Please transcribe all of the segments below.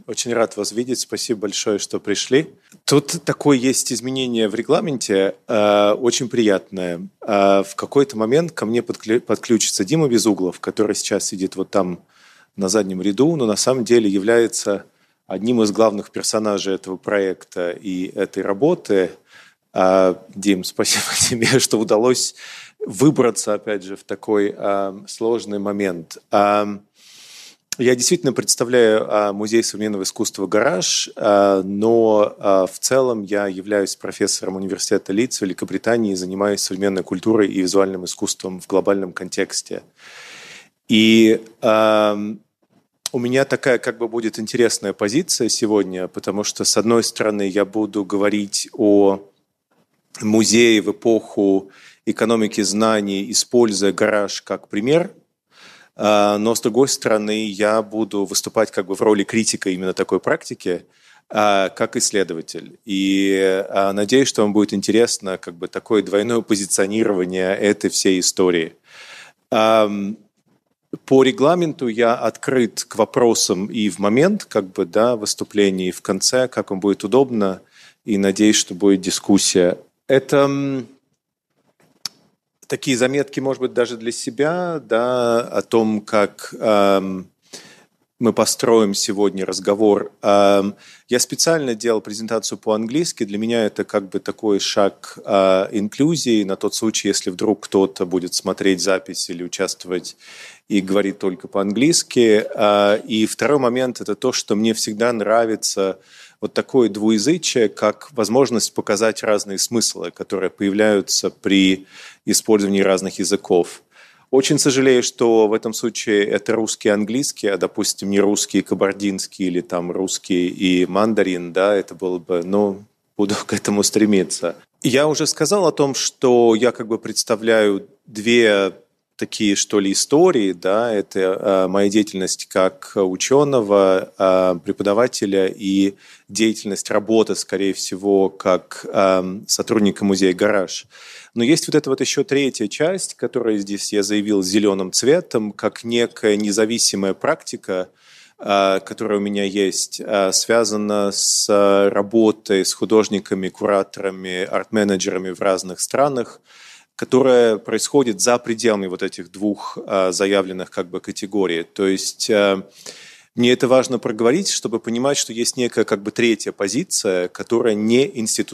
Очень рад вас видеть. Спасибо большое, что пришли. Тут такое есть изменение в регламенте, очень приятное. В какой-то момент ко мне подключится Дима Безуглов, который сейчас сидит вот там на заднем ряду, но на самом деле является одним из главных персонажей этого проекта и этой работы. Дим, спасибо тебе, что удалось выбраться, опять же, в такой сложный момент. Я действительно представляю Музей современного искусства «Гараж», но в целом я являюсь профессором университета Лидс в Великобритании и занимаюсь современной культурой и визуальным искусством в глобальном контексте. И у меня такая будет интересная позиция сегодня, потому что, с одной стороны, я буду говорить о музее в эпоху экономики знаний, используя «Гараж» как пример. Но, с другой стороны, я буду выступать в роли критика именно такой практики, как исследователь. И надеюсь, что вам будет интересно такое двойное позиционирование этой всей истории. По регламенту я открыт к вопросам и в момент выступления, и в конце, как вам будет удобно, и надеюсь, что будет дискуссия. Это такие заметки, может быть, даже для себя, о том, как мы построим сегодня разговор. Я специально делал презентацию по-английски. Для меня это такой шаг инклюзии на тот случай, если вдруг кто-то будет смотреть запись или участвовать и говорит только по-английски. И второй момент – это то, что мне всегда нравится вот такое двуязычие, как возможность показать разные смыслы, которые появляются при использовании разных языков. Очень сожалею, что в этом случае это русский и английский, а, допустим, не русский и кабардинский или там русский и мандарин, это было бы, буду к этому стремиться. Я уже сказал о том, что я представляю две такие, истории, это моя деятельность как ученого, преподавателя и деятельность работы, скорее всего, как сотрудника музея «Гараж». Но есть вот эта еще третья часть, которая здесь я заявил зеленым цветом, как некая независимая практика, которая у меня есть, связана с работой с художниками, кураторами, арт-менеджерами в разных странах, которая происходит за пределами вот этих двух заявленных категорий. То есть мне это важно проговорить, чтобы понимать, что есть некая третья позиция, которая не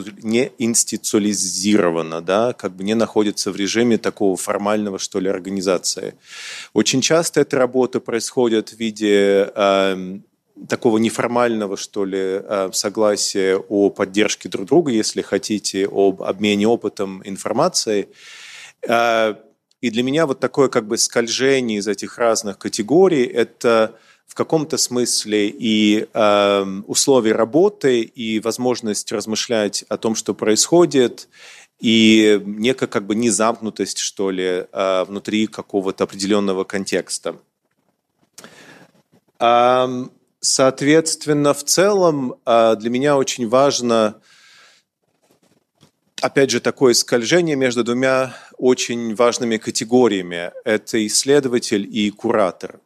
институциализирована, не находится в режиме такого формального, организации. Очень часто эта работа происходит в виде такого неформального, согласия о поддержке друг друга, если хотите, об обмене опытом, информацией. И для меня вот такое скольжение из этих разных категорий – это в каком-то смысле и условия работы, и возможность размышлять о том, что происходит, и некая незамкнутость, внутри какого-то определенного контекста. Соответственно, в целом для меня очень важно, опять же, такое скольжение между двумя очень важными категориями. Это исследователь и куратор.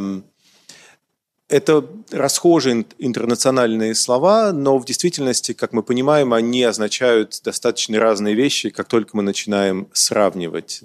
Это расхожие интернациональные слова, но в действительности, как мы понимаем, они означают достаточно разные вещи, как только мы начинаем сравнивать.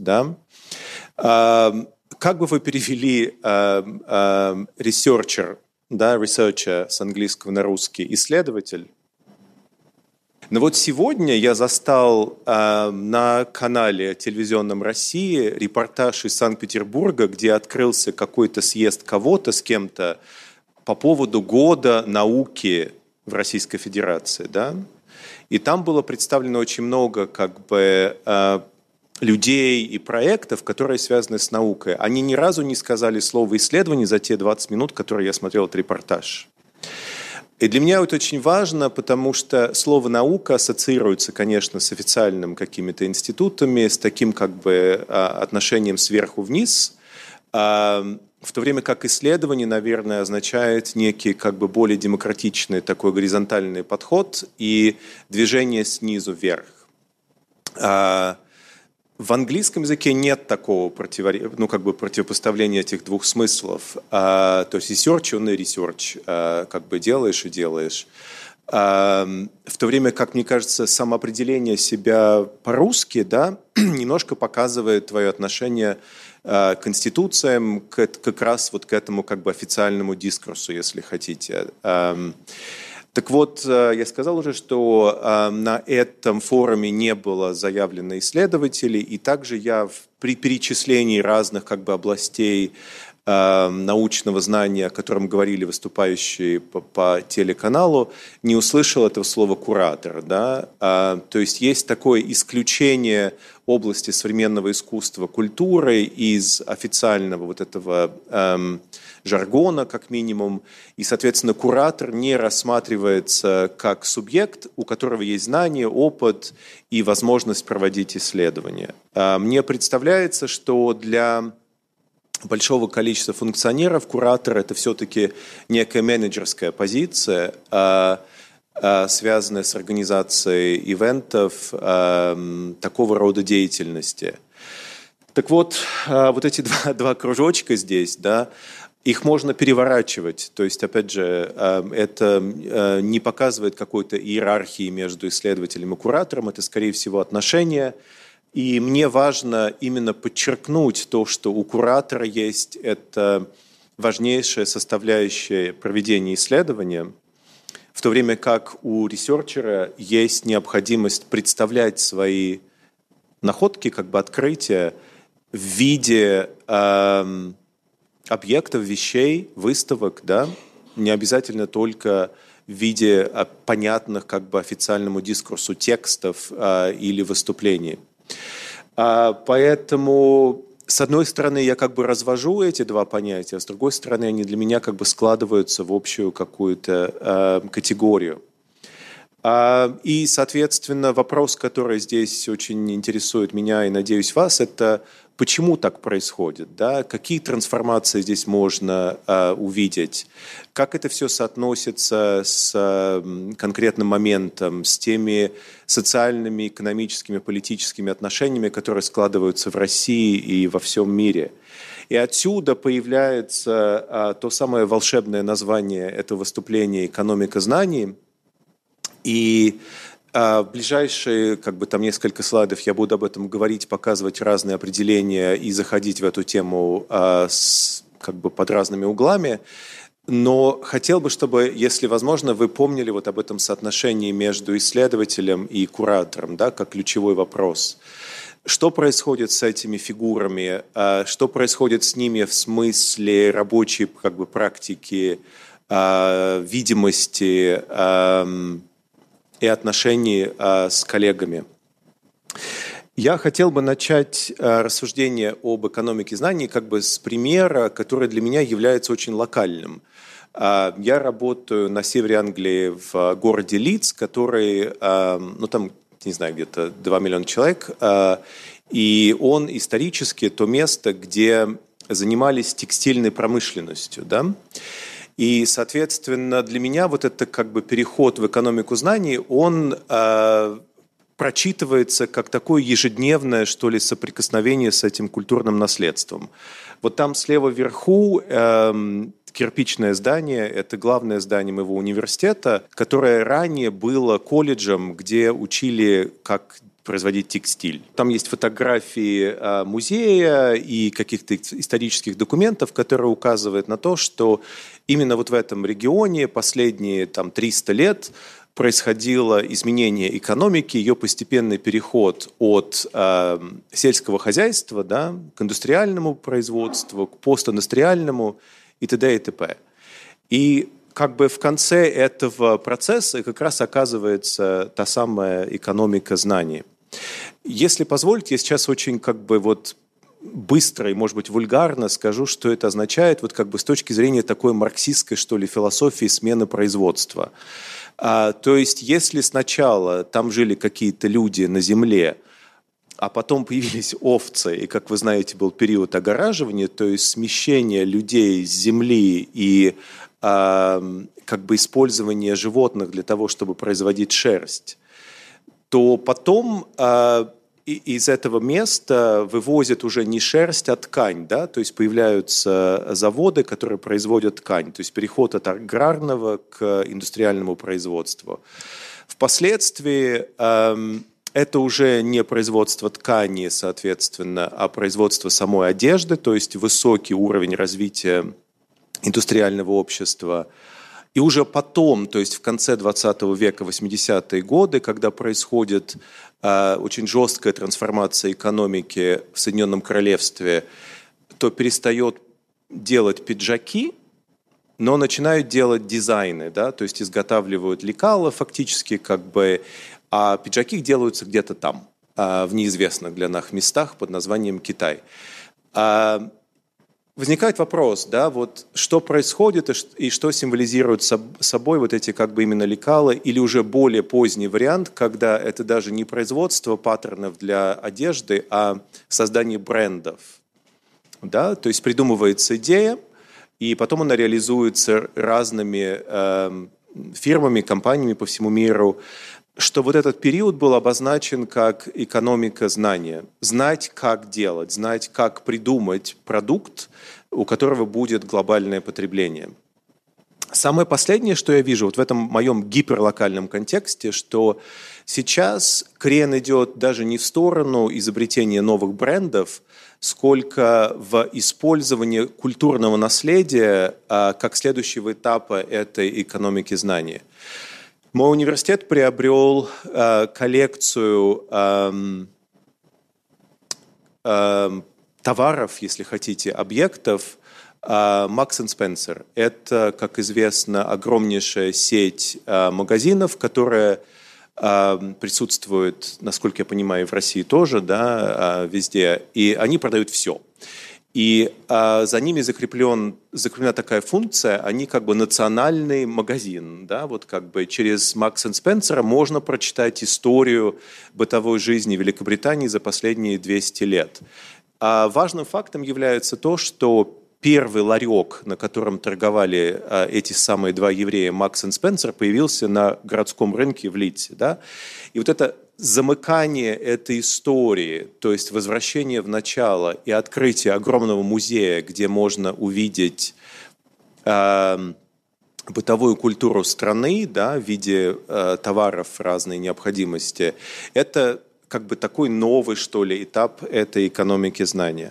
Как бы вы перевели researcher, researcher с английского на русский, исследователь? Но вот сегодня я застал на канале телевизионном России репортаж из Санкт-Петербурга, где открылся какой-то съезд кого-то с кем-то по поводу года науки в Российской Федерации, И там было представлено очень много людей и проектов, которые связаны с наукой. Они ни разу не сказали слово «исследование» за те 20 минут, которые я смотрел этот репортаж. И для меня это очень важно, потому что слово «наука» ассоциируется, конечно, с официальными какими-то институтами, с таким отношением сверху вниз, в то время как исследование, наверное, означает некий более демократичный такой горизонтальный подход и движение снизу вверх. В английском языке нет такого противопоставления этих двух смыслов. То есть research, он и research, как бы делаешь и делаешь. В то время как, мне кажется, самоопределение себя по-русски, да, немножко показывает твое отношение к институциям, как раз вот к этому как бы официальному дискурсу, если хотите. Так вот, я сказал уже, что на этом форуме не было заявлено исследователей, и также я при перечислении разных как бы областей научного знания, о котором говорили выступающие по телеканалу, не услышал этого слова «куратор». Да? То есть есть такое исключение области современного искусства, культуры из официального вот этого жаргона, как минимум, и, соответственно, куратор не рассматривается как субъект, у которого есть знания, опыт и возможность проводить исследования. Мне представляется, что для большого количества функционеров куратор – это все-таки некая менеджерская позиция, связанная с организацией ивентов, такого рода деятельности. Так вот, вот эти два кружочка здесь, да, их можно переворачивать, то есть, опять же, это не показывает какой-то иерархии между исследователем и куратором, это, скорее всего, отношения. И мне важно именно подчеркнуть то, что у куратора есть это важнейшая составляющая проведения исследования, в то время как у ресерчера есть необходимость представлять свои находки, как бы открытия в виде объектов, вещей, выставок, да, не обязательно только в виде понятных как бы официальному дискурсу текстов или выступлений. Поэтому, с одной стороны, я как бы развожу эти два понятия, а с другой стороны, они для меня как бы складываются в общую какую-то категорию. И, соответственно, вопрос, который здесь очень интересует меня и, надеюсь, вас, это почему так происходит, да? Какие трансформации здесь можно увидеть, как это все соотносится с конкретным моментом, с теми социальными, экономическими, политическими отношениями, которые складываются в России и во всем мире. И отсюда появляется то самое волшебное название этого выступления «Экономика знаний». И в ближайшие, как бы там несколько слайдов я буду об этом говорить, показывать разные определения и заходить в эту тему как бы под разными углами. Но хотел бы, чтобы, если возможно, вы помнили вот об этом соотношении между исследователем и куратором, да, как ключевой вопрос. Что происходит с этими фигурами? Что происходит с ними в смысле рабочей как бы практики, видимости, и отношений с коллегами. Я хотел бы начать рассуждение об экономике знаний как бы с примера, который для меня является очень локальным. Я работаю на севере Англии в городе Лидс, который, ну там, не знаю, где-то 2 миллиона человек, и он исторически то место, где занимались текстильной промышленностью, да. И, соответственно, для меня вот это как бы переход в экономику знаний, он прочитывается как такое ежедневное, что ли, соприкосновение с этим культурным наследством. Вот там слева вверху кирпичное здание, это главное здание моего университета, которое ранее было колледжем, где учили, как производить текстиль. Там есть фотографии музея и каких-то исторических документов, которые указывают на то, что именно вот в этом регионе последние там 300 лет происходило изменение экономики, ее постепенный переход от сельского хозяйства, да, к индустриальному производству, к постиндустриальному и т.д. и т.п. И как бы в конце этого процесса как раз оказывается та самая экономика знаний. Если позволите, я сейчас очень как бы вот быстро и, может быть, вульгарно скажу, что это означает вот как бы с точки зрения такой марксистской, что ли, философии смены производства. То есть, если сначала там жили какие-то люди на земле, а потом появились овцы, и, как вы знаете, был период огораживания, то есть смещение людей с земли и как бы использование животных для того, чтобы производить шерсть, то потом из этого места вывозят уже не шерсть, а ткань, да, то есть появляются заводы, которые производят ткань, то есть переход от аграрного к индустриальному производству. Впоследствии это уже не производство ткани, соответственно, а производство самой одежды, то есть высокий уровень развития индустриального общества. И уже потом, то есть в конце 20 века, 80-е годы, когда происходит очень жесткая трансформация экономики в Соединенном Королевстве, то перестает делать пиджаки, но начинают делать дизайны, да, то есть изготавливают лекала фактически, как бы, а пиджаки делаются где-то там, в неизвестных для нас местах под названием Китай. Возникает вопрос, да, вот что происходит и что символизируют собой вот эти как бы именно лекала, или уже более поздний вариант, когда это даже не производство паттернов для одежды, а создание брендов. Да? То есть придумывается идея, и потом она реализуется разными фирмами, компаниями по всему миру, что вот этот период был обозначен как экономика знания. Знать, как делать, знать, как придумать продукт, у которого будет глобальное потребление. Самое последнее, что я вижу вот в этом моем гиперлокальном контексте, что сейчас крен идет даже не в сторону изобретения новых брендов, сколько в использовании культурного наследия как следующего этапа этой экономики знания. Мой университет приобрел коллекцию товаров, если хотите, объектов Marks & Spencer. Это, как известно, огромнейшая сеть магазинов, которая присутствует, насколько я понимаю, в России тоже, да, везде. И они продают все. И за ними закреплена такая функция, они как бы национальный магазин. Да? Вот как бы через Marks & Spencer можно прочитать историю бытовой жизни Великобритании за последние 200 лет. А важным фактом является то, что первый ларек, на котором торговали эти самые два еврея, Marks & Spencer, появился на городском рынке в Лидсе. Да? И вот это замыкание этой истории, то есть возвращение в начало и открытие огромного музея, где можно увидеть бытовую культуру страны, да, в виде товаров разной необходимости, это как бы такой новый, что ли, этап этой экономики знания.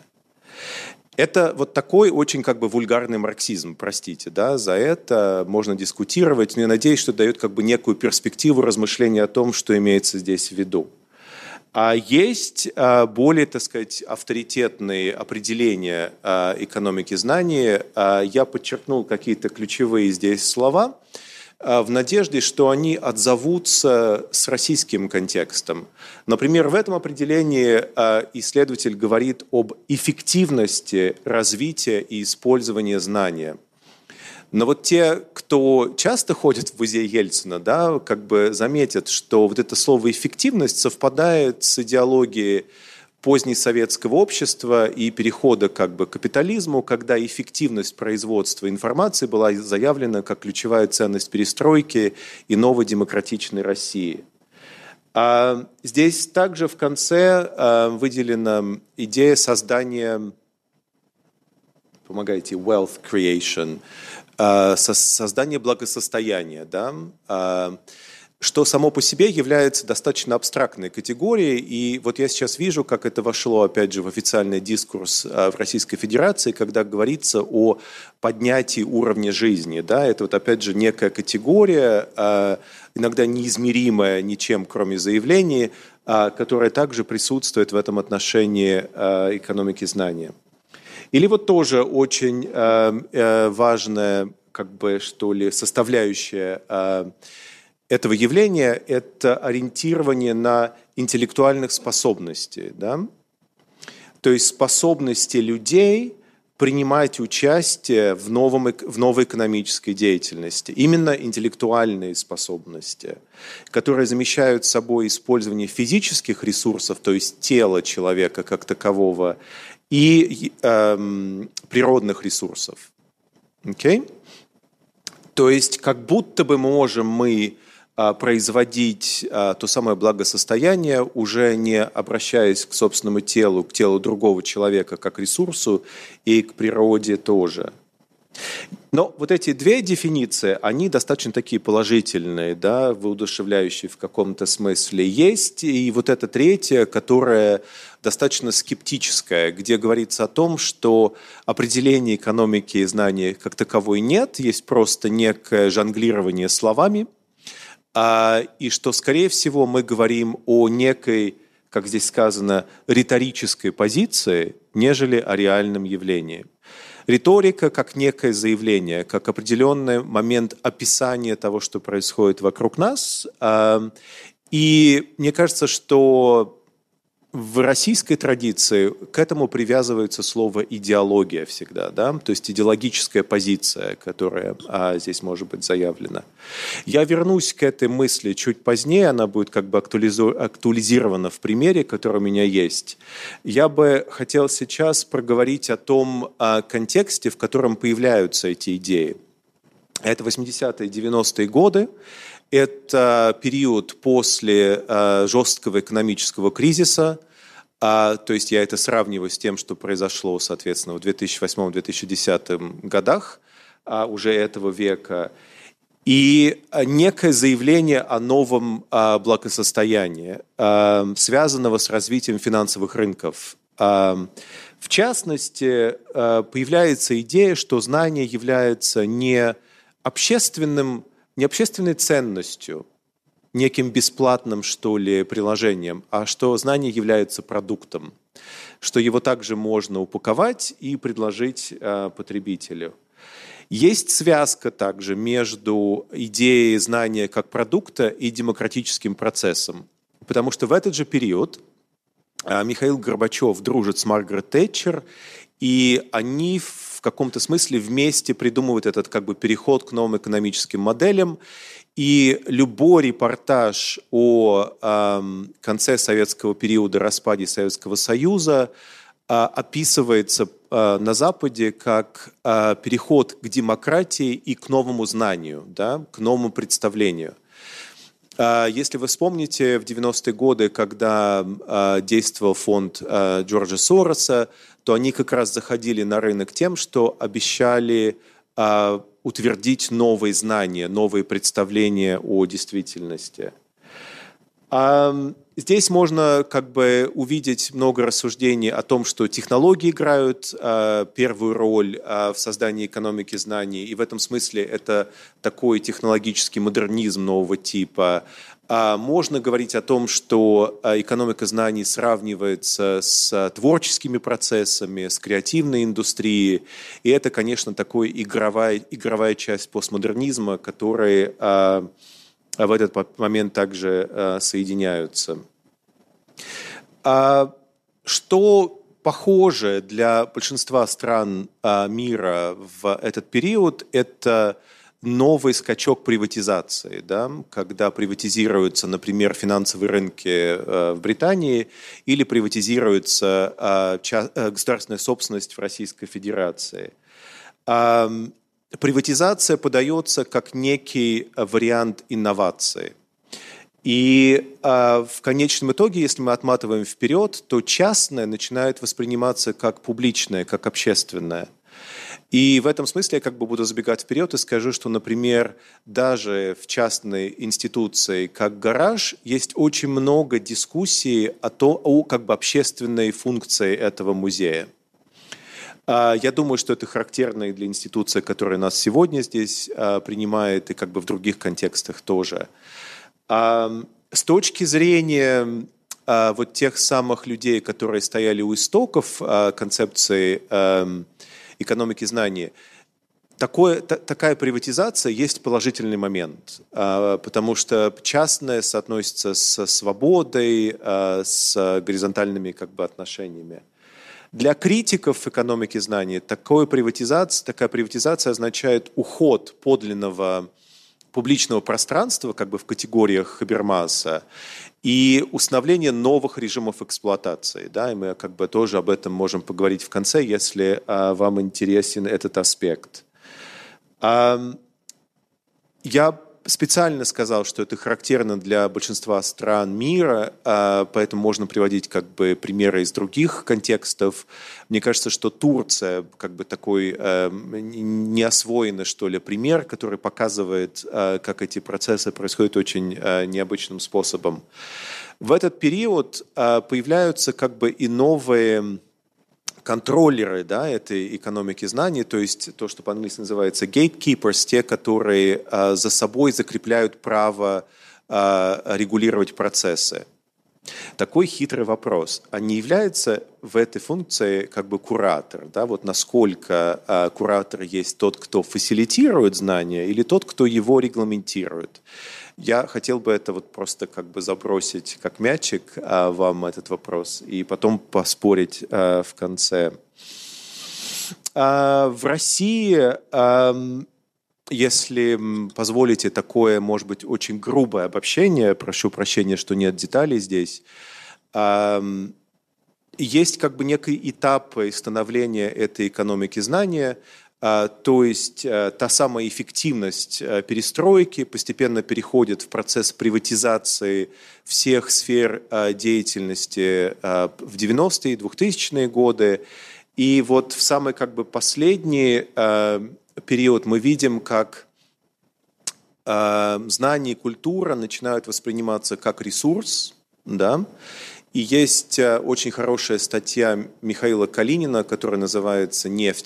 Это вот такой очень как бы вульгарный марксизм, простите, да, за это можно дискутировать, но я надеюсь, что дает как бы некую перспективу размышления о том, что имеется здесь в виду. А есть более, так сказать, авторитетные определения экономики знания. Я подчеркнул какие-то ключевые здесь слова в надежде, что они отзовутся с российским контекстом. Например, в этом определении исследователь говорит об эффективности развития и использования знания. Но вот те, кто часто ходит в музей Ельцина, да, как бы заметят, что вот это слово «эффективность» совпадает с идеологией позднесоветского общества и перехода как бы к капитализму, когда эффективность производства информации была заявлена как ключевая ценность перестройки и новой демократичной России. А здесь также в конце выделена идея создания, помогайте, wealth creation, создание благосостояния, да, что само по себе является достаточно абстрактной категорией. И вот я сейчас вижу, как это вошло, опять же, в официальный дискурс в Российской Федерации, когда говорится о поднятии уровня жизни. Да? Это вот, опять же, некая категория, иногда неизмеримая ничем, кроме заявлений, которая также присутствует в этом отношении экономики знания. Или вот тоже очень важная, как бы, что ли, составляющая этого явления – это ориентирование на интеллектуальных способностей. Да? То есть способности людей принимать участие в новой экономической деятельности. Именно интеллектуальные способности, которые замещают собой использование физических ресурсов, то есть тела человека как такового, и природных ресурсов. Okay? То есть как будто бы можем мы производить то самое благосостояние, уже не обращаясь к собственному телу, к телу другого человека, как к ресурсу, и к природе тоже. Но вот эти две дефиниции, они достаточно такие положительные, да, воодушевляющие в каком-то смысле есть. И вот эта третья, которая достаточно скептическая, где говорится о том, что определения экономики и знания как таковой нет, есть просто некое жонглирование словами, и что, скорее всего, мы говорим о некой, как здесь сказано, риторической позиции, нежели о реальном явлении. Риторика как некое заявление, как определенный момент описания того, что происходит вокруг нас. И мне кажется, что в российской традиции к этому привязывается слово «идеология» всегда, да? То есть идеологическая позиция, которая здесь может быть заявлена. Я вернусь к этой мысли чуть позднее, она будет как бы актуализирована в примере, который у меня есть. Я бы хотел сейчас проговорить о том контексте, в котором появляются эти идеи. Это 80-е, 90-е годы. Это период после жесткого экономического кризиса, то есть я это сравниваю с тем, что произошло, соответственно, в 2008-2010 годах уже этого века, и некое заявление о новом благосостоянии, связанного с развитием финансовых рынков. В частности, появляется идея, что знание является не общественной ценностью, неким бесплатным, что ли, приложением, а что знание является продуктом, что его также можно упаковать и предложить потребителю. Есть связка также между идеей знания как продукта и демократическим процессом, потому что в этот же период Михаил Горбачев дружит с Маргарет Тэтчер, и они в каком-то смысле вместе придумывают этот как бы переход к новым экономическим моделям. И любой репортаж о конце советского периода, распаде Советского Союза описывается на Западе как переход к демократии и к новому знанию, да, к новому представлению. Если вы вспомните, в 90-е годы, когда действовал фонд Джорджа Сороса, то они как раз заходили на рынок тем, что обещали утвердить новые знания, новые представления о действительности. Здесь можно как бы увидеть много рассуждений о том, что технологии играют первую роль в создании экономики знаний, и в этом смысле это такой технологический модернизм нового типа. Можно говорить о том, что экономика знаний сравнивается с творческими процессами, с креативной индустрией, и это, конечно, такой игровая часть постмодернизма, которая в этот момент также соединяются. Что похоже для большинства стран мира в этот период, это новый скачок приватизации, да, когда приватизируются, например, финансовые рынки в Британии или приватизируется государственная собственность в Российской Федерации. Приватизация подается как некий вариант инновации. И в конечном итоге, если мы отматываем вперед, то частное начинает восприниматься как публичное, как общественное. И в этом смысле я как бы буду забегать вперед и скажу, что, например, даже в частной институции, как гараж, есть очень много дискуссий о как бы общественной функции этого музея. Я думаю, что это характерно и для институции, которая нас сегодня здесь принимает, и как бы в других контекстах тоже. С точки зрения вот тех самых людей, которые стояли у истоков концепции экономики знаний, такая приватизация есть положительный момент, потому что частное соотносится со свободой, с горизонтальными как бы отношениями. Для критиков экономики знаний такая приватизация означает уход подлинного публичного пространства как бы в категориях Хабермаса и установление новых режимов эксплуатации. Да, и мы как бы тоже об этом можем поговорить в конце, если вам интересен этот аспект. Я специально сказал, что это характерно для большинства стран мира, поэтому можно приводить как бы примеры из других контекстов. Мне кажется, что Турция как бы такой неосвоенный, что ли, пример, который показывает, как эти процессы происходят очень необычным способом. В этот период появляются как бы и новые контроллеры, да, этой экономики знаний, то есть то, что по-английски называется gatekeepers, те, которые за собой закрепляют право регулировать процессы. Такой хитрый вопрос. А не является в этой функции как бы куратор? Да? Вот насколько куратор есть тот, кто фасилитирует знания, или тот, кто его регламентирует? Я хотел бы это вот просто как бы забросить как мячик вам этот вопрос и потом поспорить в конце. В России, если позволите такое, может быть, очень грубое обобщение, прошу прощения, что нет деталей здесь, есть как бы некий этап становления этой экономики знания, то есть та самая эффективность перестройки постепенно переходит в процесс приватизации всех сфер деятельности в 90-е и 2000-е годы. И вот в самый как бы последний период мы видим, как знания и культура начинают восприниматься как ресурс, да. И есть очень хорошая статья Михаила Калинина, которая называется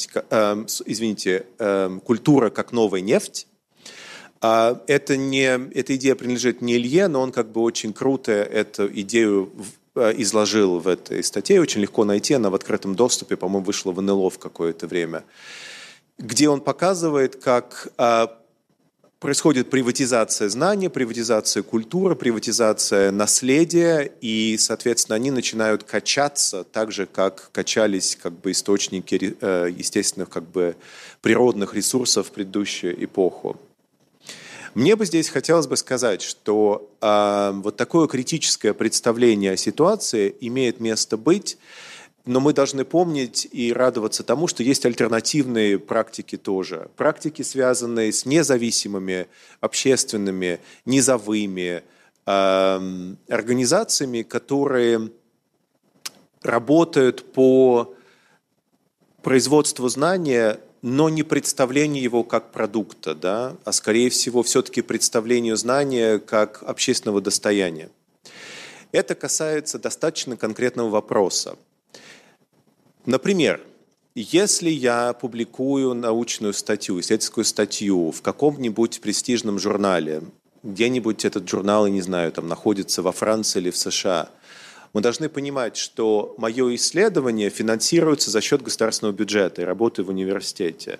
«Культура как новая нефть». Эта идея принадлежит не Илье, но он как бы очень круто эту идею изложил в этой статье. Очень легко найти, она в открытом доступе, по-моему, вышла в НЛО в какое-то время, где он показывает, как происходит приватизация знаний, приватизация культуры, приватизация наследия, и, соответственно, они начинают качаться так же, как качались как бы источники естественных как бы природных ресурсов в предыдущую эпоху. Мне бы здесь хотелось бы сказать, что вот такое критическое представление о ситуации имеет место быть, но мы должны помнить и радоваться тому, что есть альтернативные практики тоже. Практики, связанные с независимыми, общественными, низовыми организациями, которые работают по производству знания, но не представлению его как продукта, да, а скорее всего все-таки представлению знания как общественного достояния. Это касается достаточно конкретного вопроса. Например, если я публикую научную статью, исследовательскую статью в каком-нибудь престижном журнале, где-нибудь этот журнал, я не знаю, там находится во Франции или в США, мы должны понимать, что мое исследование финансируется за счет государственного бюджета и работы в университете.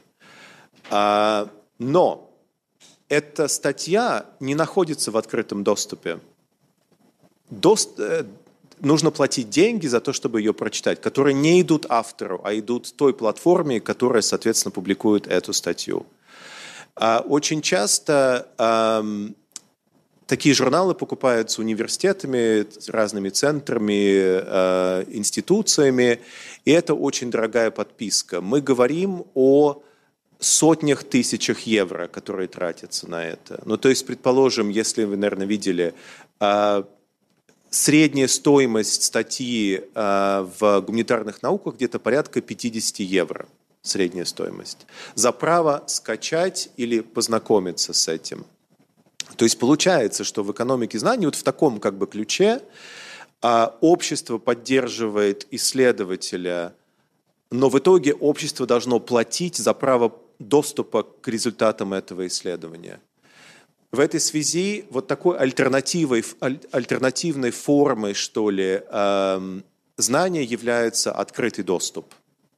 Но эта статья не находится в открытом доступе. Нужно платить деньги за то, чтобы ее прочитать, которые не идут автору, а идут той платформе, которая, соответственно, публикует эту статью. Очень часто такие журналы покупаются университетами, разными центрами, институциями, и это очень дорогая подписка. Мы говорим о сотнях тысячах евро, которые тратятся на это. Ну, то есть, предположим, если вы, наверное, видели, средняя стоимость статьи в гуманитарных науках где-то порядка 50 евро. Средняя стоимость. За право скачать или познакомиться с этим. То есть получается, что в экономике знаний вот в таком как бы ключе общество поддерживает исследователя, но в итоге общество должно платить за право доступа к результатам этого исследования. В этой связи вот такой альтернативной формой, что ли, знания является открытый доступ.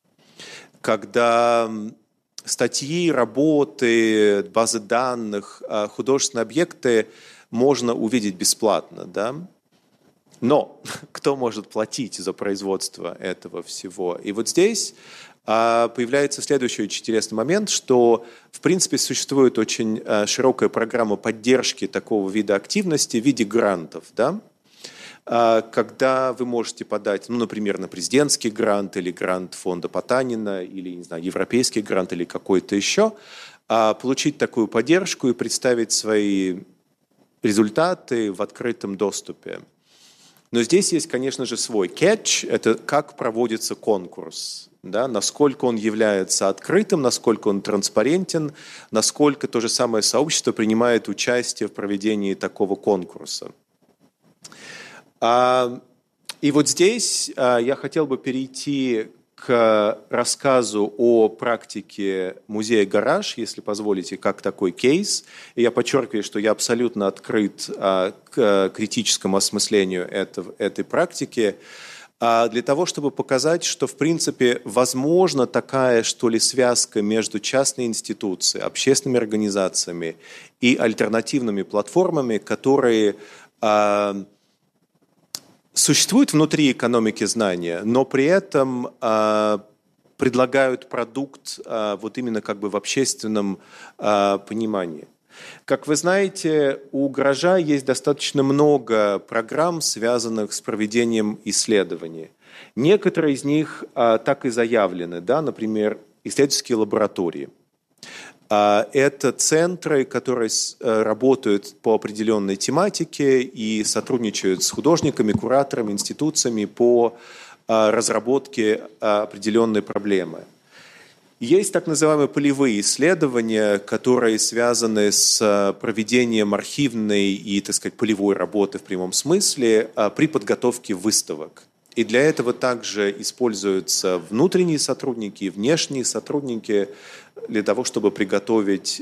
Когда статьи, работы, базы данных, художественные объекты можно увидеть бесплатно, да? Но кто может платить за производство этого всего? И вот здесь появляется следующий очень интересный момент, что, в принципе, существует очень широкая программа поддержки такого вида активности в виде грантов, да? Когда вы можете подать, ну, например, на президентский грант или грант фонда Потанина, или, не знаю, европейский грант или какой-то еще, получить такую поддержку и представить свои результаты в открытом доступе. Но здесь есть, конечно же, свой catch, это как проводится конкурс, да, насколько он является открытым, насколько он транспарентен, насколько то же самое сообщество принимает участие в проведении такого конкурса. И вот здесь я хотел бы перейти к рассказу о практике музея «Гараж», если позволите, как такой кейс. И я подчеркиваю, что я абсолютно открыт к критическому осмыслению этой практики, для того, чтобы показать, что, в принципе, возможна такая, что ли, связка между частной институцией, общественными организациями и альтернативными платформами, которые существуют внутри экономики знания, но при этом предлагают продукт вот именно как бы в общественном понимании. Как вы знаете, у «Гаража» есть достаточно много программ, связанных с проведением исследований. Некоторые из них так и заявлены, да, например, исследовательские лаборатории. Это центры, которые работают по определенной тематике и сотрудничают с художниками, кураторами, институциями по разработке определенной проблемы. Есть так называемые полевые исследования, которые связаны с проведением архивной и, так сказать, полевой работы в прямом смысле при подготовке выставок. И для этого также используются внутренние сотрудники и внешние сотрудники для того, чтобы приготовить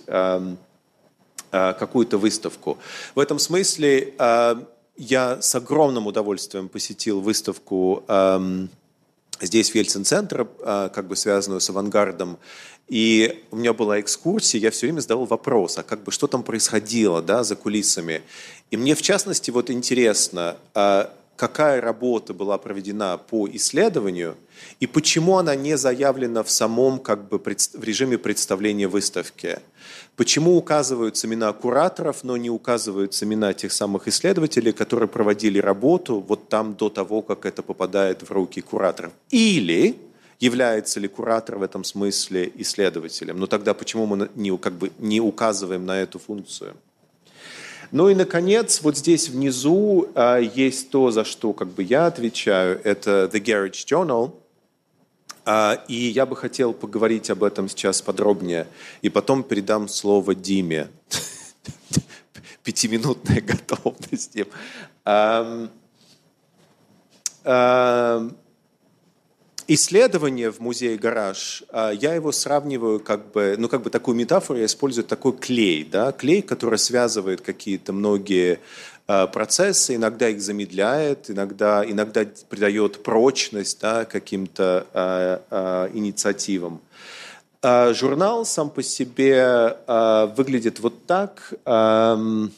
какую-то выставку. В этом смысле я с огромным удовольствием посетил выставку здесь, в Ельцин-центре, как бы связанную с авангардом. И у меня была экскурсия, я все время задавал вопрос, а как бы что там происходило, да, за кулисами. И мне, в частности, вот интересно, какая работа была проведена по исследованию и почему она не заявлена в самом как бы в режиме представления выставки. Почему указываются имена кураторов, но не указываются имена тех самых исследователей, которые проводили работу вот там до того, как это попадает в руки кураторов. Или является ли куратор в этом смысле исследователем? Но тогда почему мы не указываем на эту функцию? Ну и, наконец, вот здесь внизу есть то, за что как бы я отвечаю. Это The Garage Journal. И я бы хотел поговорить об этом сейчас подробнее. И потом передам слово Диме. Пятиминутная готовность. Исследование в музее «Гараж», я его сравниваю как бы такую метафору, я использую такой клей, да, клей, который связывает какие-то многие процессы, иногда их замедляет, иногда придает прочность, да, каким-то инициативам. Журнал сам по себе выглядит вот так. Вот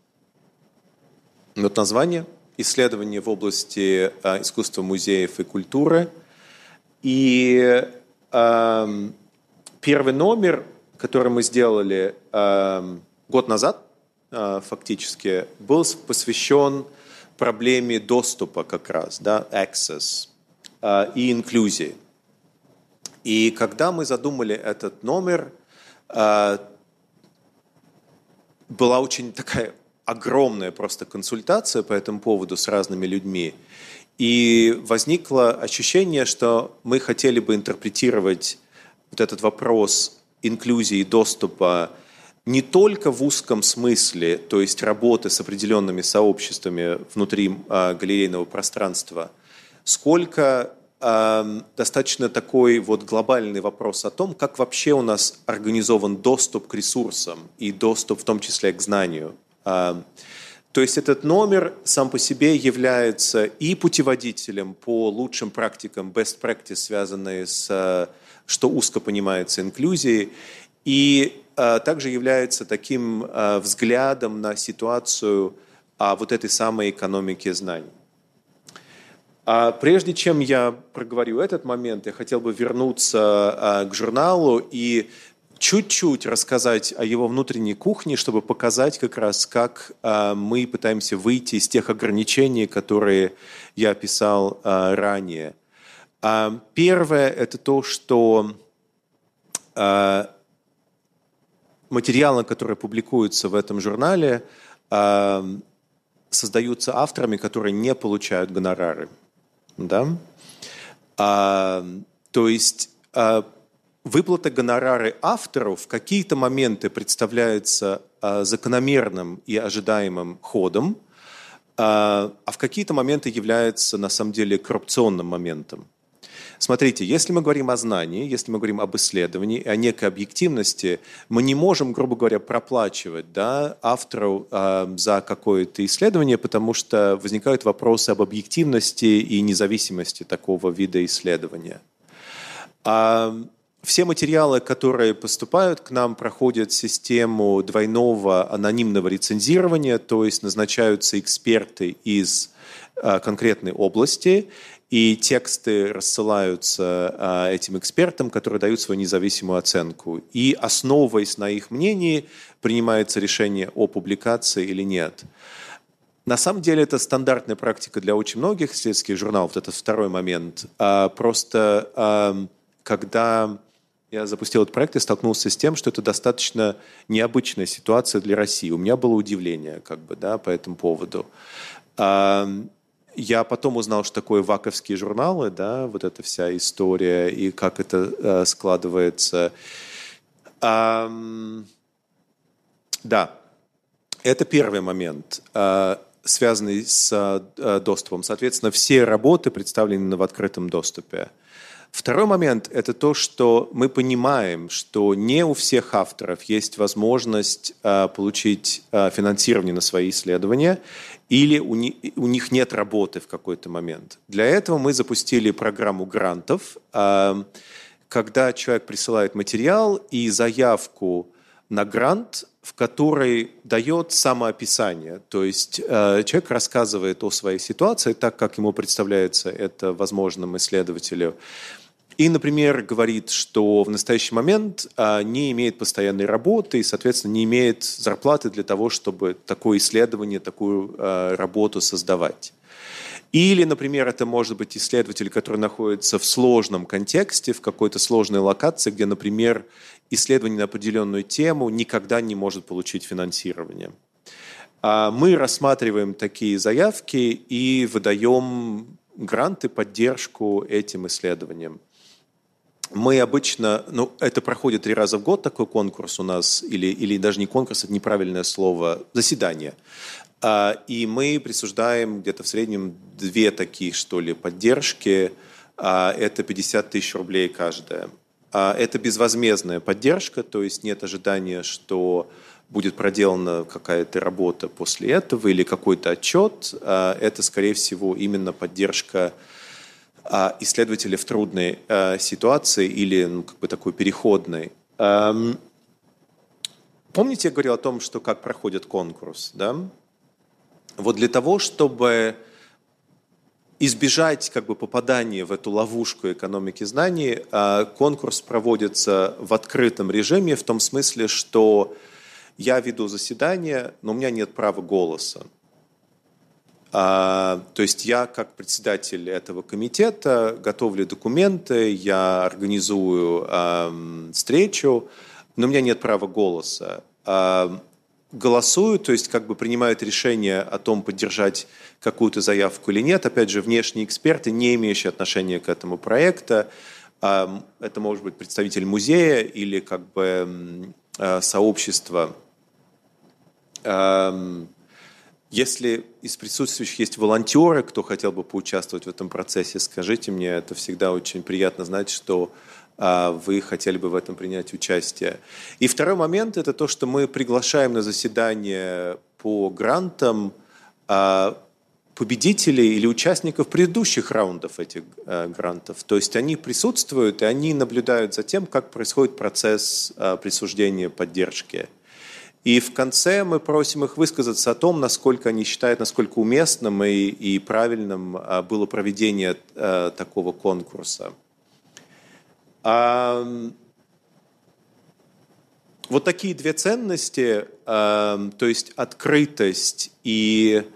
название «Исследования в области искусства, музеев и культуры». И первый номер, который мы сделали год назад, фактически, был посвящен проблеме доступа как раз, да, access и инклюзии. И когда мы задумали этот номер, была очень такая огромная просто консультация по этому поводу с разными людьми. И возникло ощущение, что мы хотели бы интерпретировать вот этот вопрос инклюзии и доступа не только в узком смысле, то есть работы с определенными сообществами внутри галерейного пространства, сколько достаточно такой вот глобальный вопрос о том, как вообще у нас организован доступ к ресурсам и доступ в том числе к знанию. То есть этот номер сам по себе является и путеводителем по лучшим практикам, best practice, связанные с, что узко понимается, инклюзией, и также является таким взглядом на ситуацию вот этой самой экономики знаний. Прежде чем я проговорю этот момент, я хотел бы вернуться к журналу и чуть-чуть рассказать о его внутренней кухне, чтобы показать как раз, как мы пытаемся выйти из тех ограничений, которые я описал ранее. Первое – это то, что материалы, которые публикуются в этом журнале, создаются авторами, которые не получают гонорары. Да? То есть выплата гонорары автору в какие-то моменты представляется закономерным и ожидаемым ходом, а в какие-то моменты является на самом деле коррупционным моментом. Смотрите, если мы говорим о знании, если мы говорим об исследовании, о некой объективности, мы не можем, грубо говоря, проплачивать, да, автору за какое-то исследование, потому что возникают вопросы об объективности и независимости такого вида исследования. Все материалы, которые поступают к нам, проходят систему двойного анонимного рецензирования, то есть назначаются эксперты из конкретной области, и тексты рассылаются этим экспертам, которые дают свою независимую оценку. И, основываясь на их мнении, принимается решение о публикации или нет. На самом деле это стандартная практика для очень многих исследовательских журналов. Вот это второй момент. Просто когда я запустил этот проект и столкнулся с тем, что это достаточно необычная ситуация для России. У меня было удивление по этому поводу. Я потом узнал, что такое ваковские журналы, да, вот эта вся история и как это складывается. Да, это первый момент, связанный с доступом. Соответственно, все работы представлены в открытом доступе. Второй момент – это то, что мы понимаем, что не у всех авторов есть возможность получить финансирование на свои исследования, или у них нет работы в какой-то момент. Для этого мы запустили программу грантов, когда человек присылает материал и заявку на грант, в которой дает самоописание. То есть человек рассказывает о своей ситуации так, как ему представляется это возможным исследователю. И, например, говорит, что в настоящий момент не имеет постоянной работы и, соответственно, не имеет зарплаты для того, чтобы такое исследование, такую работу создавать. Или, например, это может быть исследователь, который находится в сложном контексте, в какой-то сложной локации, где, например, исследование на определенную тему никогда не может получить финансирование. Мы рассматриваем такие заявки и выдаем гранты, поддержку этим исследованиям. Мы обычно, это проходит 3 раза в год, такой конкурс у нас, или даже не конкурс, это неправильное слово, заседание. И мы присуждаем где-то в среднем 2 такие, поддержки, это 50 тысяч рублей каждая. Это безвозмездная поддержка, то есть нет ожидания, что будет проделана какая-то работа после этого или какой-то отчет. Это, скорее всего, именно поддержка исследователя в трудной ситуации или такой переходной. Помните, я говорил о том, что как проходит конкурс, да? Вот для того, чтобы избежать попадания в эту ловушку экономики знаний, конкурс проводится в открытом режиме, в том смысле, что я веду заседание, но у меня нет права голоса. То есть я, как председатель этого комитета, готовлю документы, я организую встречу, но у меня нет права голоса. Голосую, то есть принимают решение о том, поддержать какую-то заявку или нет. Опять же, внешние эксперты, не имеющие отношения к этому проекту. Это может быть представитель музея или сообщества. Если из присутствующих есть волонтеры, кто хотел бы поучаствовать в этом процессе, скажите мне, это всегда очень приятно знать, что вы хотели бы в этом принять участие. И второй момент – это то, что мы приглашаем на заседание по грантам победителей или участников предыдущих раундов этих грантов. То есть они присутствуют, и они наблюдают за тем, как происходит процесс присуждения поддержки. И в конце мы просим их высказаться о том, насколько они считают, насколько уместным и правильным было проведение такого конкурса. Вот такие 2 ценности, то есть открытость и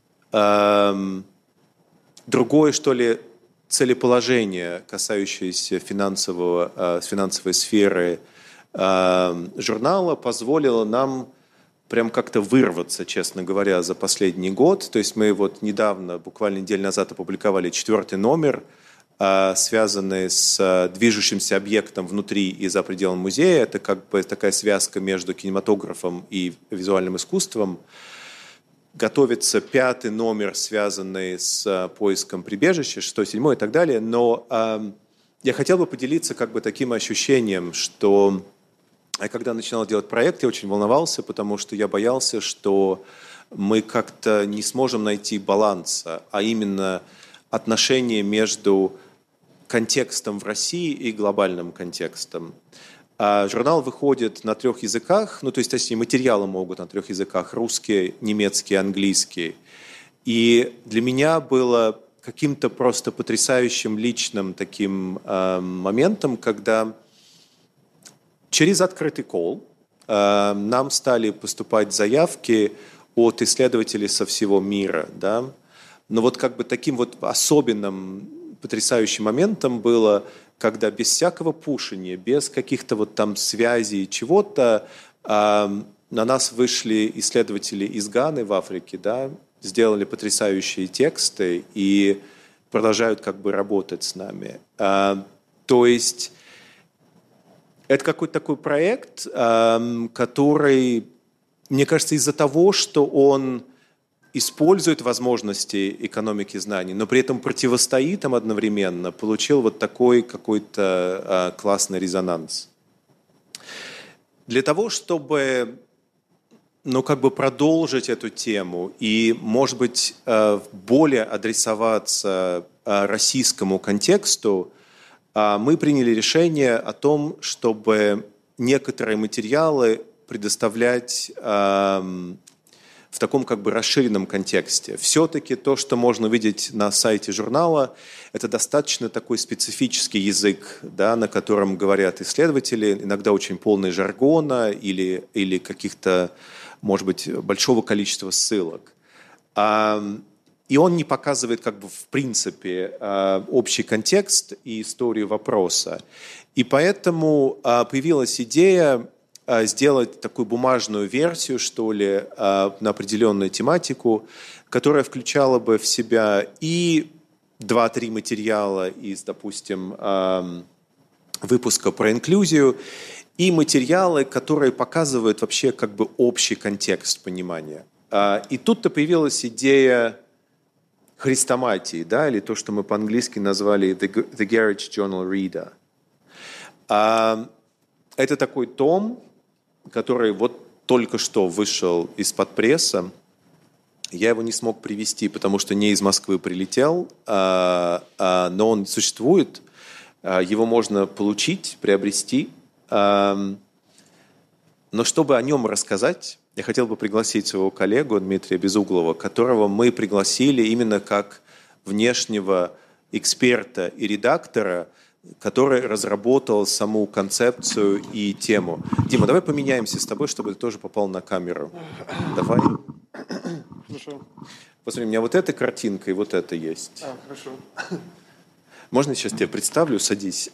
другое, целеположение, касающееся финансовой сферы, журнала позволило нам прям как-то вырваться, честно говоря, за последний год. То есть мы вот недавно, буквально неделю назад, опубликовали 4-й номер, связанный с движущимся объектом внутри и за пределами музея. Это как бы такая связка между кинематографом и визуальным искусством. Готовится 5-й номер, связанный с поиском прибежища, 6-й, 7-й и так далее. Но я хотел бы поделиться как бы таким ощущением, что когда начинал делать проект, я очень волновался, потому что я боялся, что мы как-то не сможем найти баланса, а именно отношение между контекстом в России и глобальным контекстом. Журнал выходит на 3 языках, ну то есть, точнее, материалы могут на 3 языках: русский, немецкий, английский. И для меня было каким-то просто потрясающим личным таким моментом, когда через открытый колл нам стали поступать заявки от исследователей со всего мира, да. Но вот как бы таким вот особенным, потрясающим моментом было, когда без всякого пушения, без каких-то вот там связей, чего-то, на нас вышли исследователи из Ганы в Африке, да, сделали потрясающие тексты и продолжают как бы работать с нами. То есть это какой-то такой проект, который, мне кажется, из-за того, что он использует возможности экономики знаний, но при этом противостоит им одновременно, получил вот такой какой-то классный резонанс. Для того, чтобы как бы продолжить эту тему и, может быть, более адресоваться российскому контексту, мы приняли решение о том, чтобы некоторые материалы предоставлять в таком как бы расширенном контексте. Все-таки то, что можно увидеть на сайте журнала, это достаточно такой специфический язык, да, на котором говорят исследователи, иногда очень полный жаргона или каких-то, может быть, большого количества ссылок. И он не показывает как бы в принципе общий контекст и историю вопроса. И поэтому появилась идея сделать такую бумажную версию, что ли, на определенную тематику, которая включала бы в себя и 2-3 материала из, допустим, выпуска про инклюзию, и материалы, которые показывают вообще как бы общий контекст понимания. И тут-то появилась идея хрестоматии, да, или то, что мы по-английски назвали The Garage Journal Reader. Это такой том, который вот только что вышел из-под пресса. Я его не смог привезти, потому что не из Москвы прилетел, но он существует, его можно получить, приобрести. Но чтобы о нем рассказать, я хотел бы пригласить своего коллегу Дмитрия Безуглова, которого мы пригласили именно как внешнего эксперта и редактора, который разработал саму концепцию и тему. Дима, давай поменяемся с тобой, чтобы ты тоже попал на камеру. Давай. Хорошо. Посмотри, у меня вот эта картинка и вот это есть. Хорошо. Можно я сейчас тебя представлю? Садись.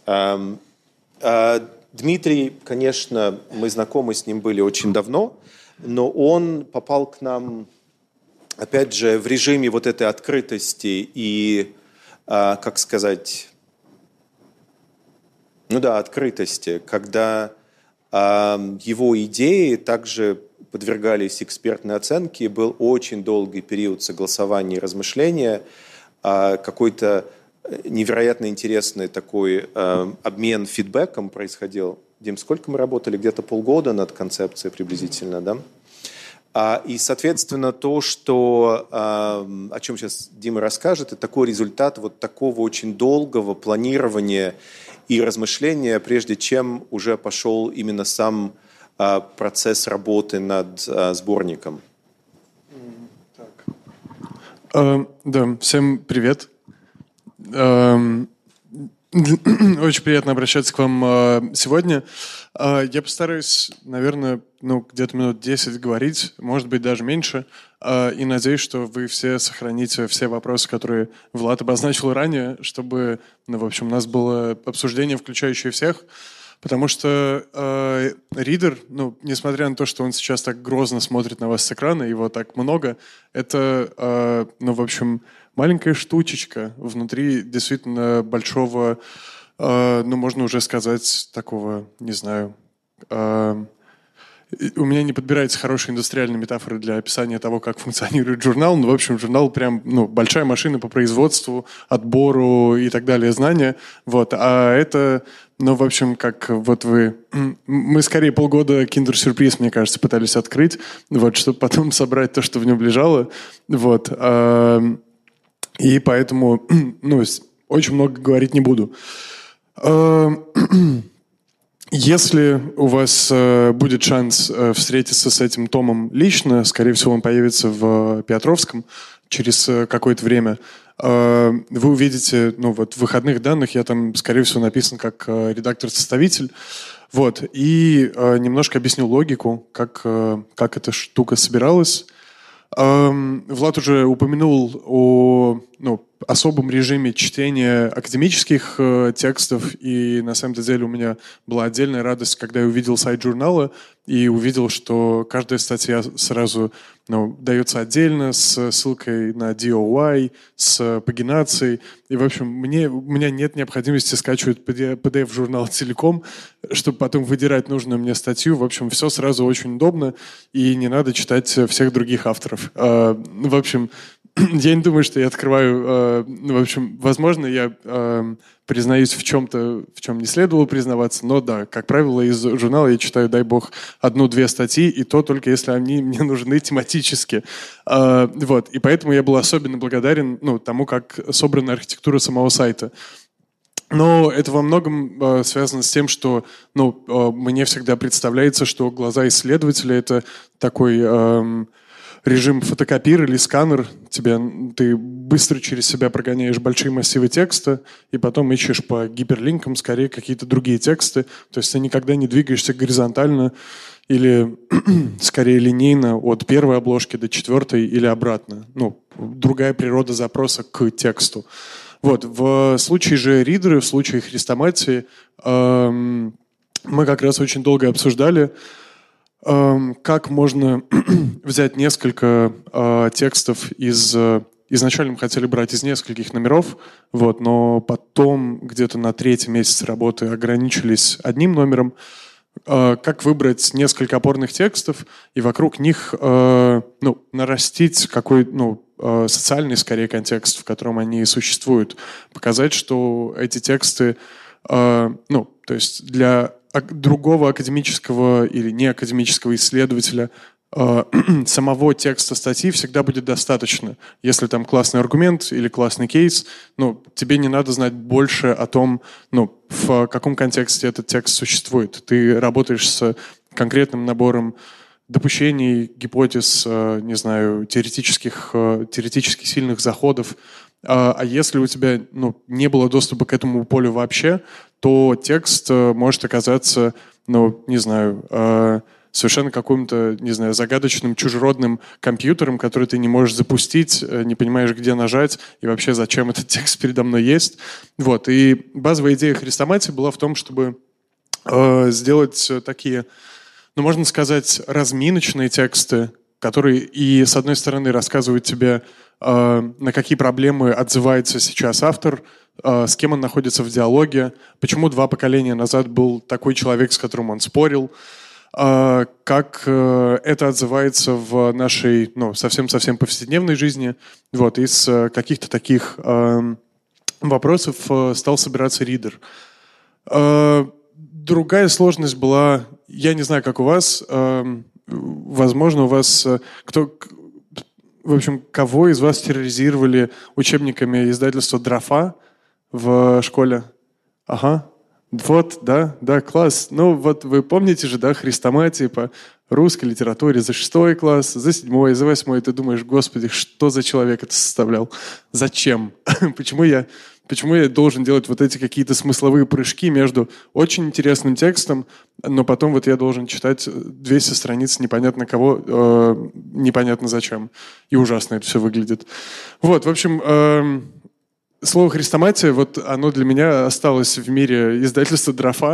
Дмитрий, конечно, мы знакомы с ним были очень давно, но он попал к нам, опять же, в режиме вот этой открытости и, как сказать, открытости, когда его идеи также подвергались экспертной оценке, был очень долгий период согласования и размышления, какой-то невероятно интересный такой обмен фидбэком происходил. Дим, сколько мы работали? Где-то полгода над концепцией приблизительно, да? И, соответственно, то, что, о чем сейчас Дима расскажет, это такой результат вот такого очень долгого планирования и размышления, прежде чем уже пошел именно сам процесс работы над сборником. Да, всем привет. Очень приятно обращаться к вам сегодня. Я постараюсь, наверное, где-то минут 10 говорить, может быть, даже меньше. И надеюсь, что вы все сохраните все вопросы, которые Влад обозначил ранее, чтобы, в общем, у нас было обсуждение, включающее всех. Потому что ридер, ну, несмотря на то, что он сейчас так грозно смотрит на вас с экрана, его так много, это, ну, в общем, маленькая штучечка внутри действительно большого, ну, можно уже сказать, такого, не знаю, у меня не подбирается хорошая индустриальная метафора для описания того, как функционирует журнал. Но, в общем, журнал прям, ну, большая машина по производству, отбору и так далее знания. Вот. А это, ну, в общем, как вот вы... Мы скорее полгода киндер-сюрприз, мне кажется, пытались открыть, вот, чтобы потом собрать то, что в нем лежало. Вот. И поэтому, ну, очень много говорить не буду. Если у вас будет шанс встретиться с этим томом лично, скорее всего, он появится в Петровском через какое-то время, вы увидите, ну вот в выходных данных я там, скорее всего, написан как редактор-составитель. Вот. И немножко объясню логику, как эта штука собиралась. Влад уже упомянул о, ну, особом режиме чтения академических текстов, и на самом деле у меня была отдельная радость, когда я увидел сайт журнала и увидел, что каждая статья сразу, ну, дается отдельно с ссылкой на DOI, с пагинацией. И, в общем, у меня нет необходимости скачивать PDF-журнал целиком, чтобы потом выдирать нужную мне статью. В общем, все сразу очень удобно, и не надо читать всех других авторов. В общем, я не думаю, что я открываю... в общем, возможно, я признаюсь в чем-то, в чем не следовало признаваться, но да, как правило, из журнала я читаю, дай бог, 1-2 статьи, и то только если они мне нужны тематически. Вот. И поэтому я был особенно благодарен, ну, тому, как собрана архитектура самого сайта. Но это во многом связано с тем, что, ну, мне всегда представляется, что глаза исследователя — это такой... режим фотокопир или сканер, ты быстро через себя прогоняешь большие массивы текста и потом ищешь по гиперлинкам скорее какие-то другие тексты. То есть ты никогда не двигаешься горизонтально или скорее линейно от первой обложки до 4 или обратно. Ну, другая природа запроса к тексту. Вот. В случае же ридера, в случае хрестоматии мы как раз очень долго обсуждали, как можно взять несколько текстов из... Изначально мы хотели брать из нескольких номеров, вот, но потом где-то на 3-й месяц работы ограничились одним номером. Как выбрать несколько опорных текстов и вокруг них, ну, нарастить какой, ну, социальный, скорее, контекст, в котором они существуют. Показать, что эти тексты, ну, то есть для другого академического или неакадемического исследователя самого текста статьи всегда будет достаточно. Если там классный аргумент или классный кейс, ну, тебе не надо знать больше о том, ну, в каком контексте этот текст существует. Ты работаешь с конкретным набором допущений, гипотез, не знаю, теоретически сильных заходов. А если у тебя, ну, не было доступа к этому полю вообще, то текст может оказаться, ну, не знаю, совершенно каким-то, не знаю, загадочным, чужеродным компьютером, который ты не можешь запустить, не понимаешь, где нажать и вообще зачем этот текст передо мной есть. Вот. И базовая идея хрестоматии была в том, чтобы сделать такие, ну, можно сказать, разминочные тексты, которые и, с одной стороны, рассказывают тебе, на какие проблемы отзывается сейчас автор, с кем он находится в диалоге, почему 2 поколения назад был такой человек, с которым он спорил, как это отзывается в нашей, ну, совсем-совсем повседневной жизни. Вот, из каких-то таких вопросов стал собираться ридер. Другая сложность была, я не знаю, как у вас, возможно, у вас в общем, кого из вас терроризировали учебниками издательства «Дрофа» в школе? Ага. Вот, да, класс. Ну, вот вы помните же, да, хрестоматии по русской литературе за 6 класс, за 7, за 8. Ты думаешь, господи, что за человек это составлял? Зачем? Почему я должен делать вот эти какие-то смысловые прыжки между очень интересным текстом, но потом вот я должен читать 200 страниц непонятно кого, непонятно зачем. И ужасно это все выглядит. Вот, в общем... Слово «хрестоматия», вот оно для меня осталось в мире издательства «Дрофа».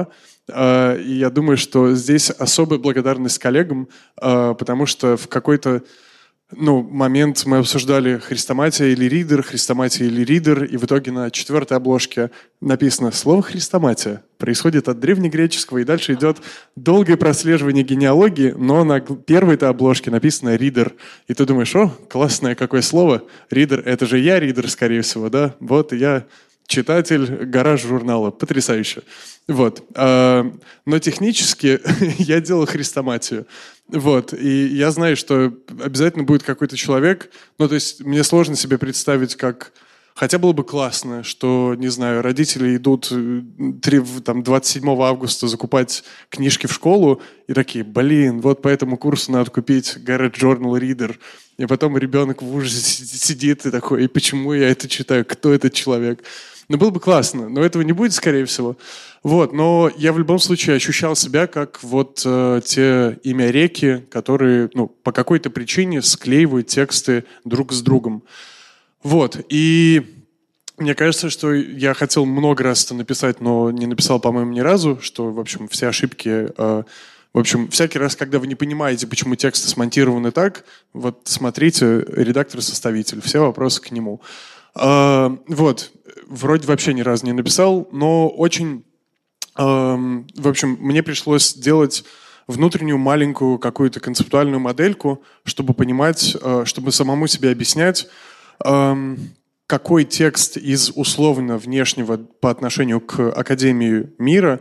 И я думаю, что здесь особая благодарность коллегам, потому что в какой-то момент мы обсуждали хрестоматия или ридер, и в итоге на 4-й обложке написано слово хрестоматия. Происходит от древнегреческого, и дальше идет долгое прослеживание генеалогии, но на первой-то обложке написано ридер. И ты думаешь, классное какое слово, ридер, это же я ридер, скорее всего, да? Вот я читатель гараж-журнала. Потрясающе. Вот. Но технически я делал хрестоматию. Вот. И я знаю, что обязательно будет какой-то человек, то есть мне сложно себе представить, как... Хотя было бы классно, что, не знаю, родители идут 27 августа закупать книжки в школу и такие, вот по этому курсу надо купить Garage Journal Reader. И потом ребенок в ужасе сидит и такой, и почему я это читаю, кто этот человек? Было бы классно, но этого не будет, скорее всего. Вот, но я в любом случае ощущал себя как те имя-реки, которые по какой-то причине склеивают тексты друг с другом. Вот, и мне кажется, что я хотел много раз это написать, но не написал, по-моему, ни разу, что, в общем, все ошибки... В общем, всякий раз, когда вы не понимаете, почему тексты смонтированы так, вот смотрите редактор-составитель, все вопросы к нему. Вот, вроде вообще ни разу не написал, но очень... В общем, мне пришлось делать внутреннюю маленькую какую-то концептуальную модельку, чтобы понимать, чтобы самому себе объяснять, какой текст из условно внешнего по отношению к Академии мира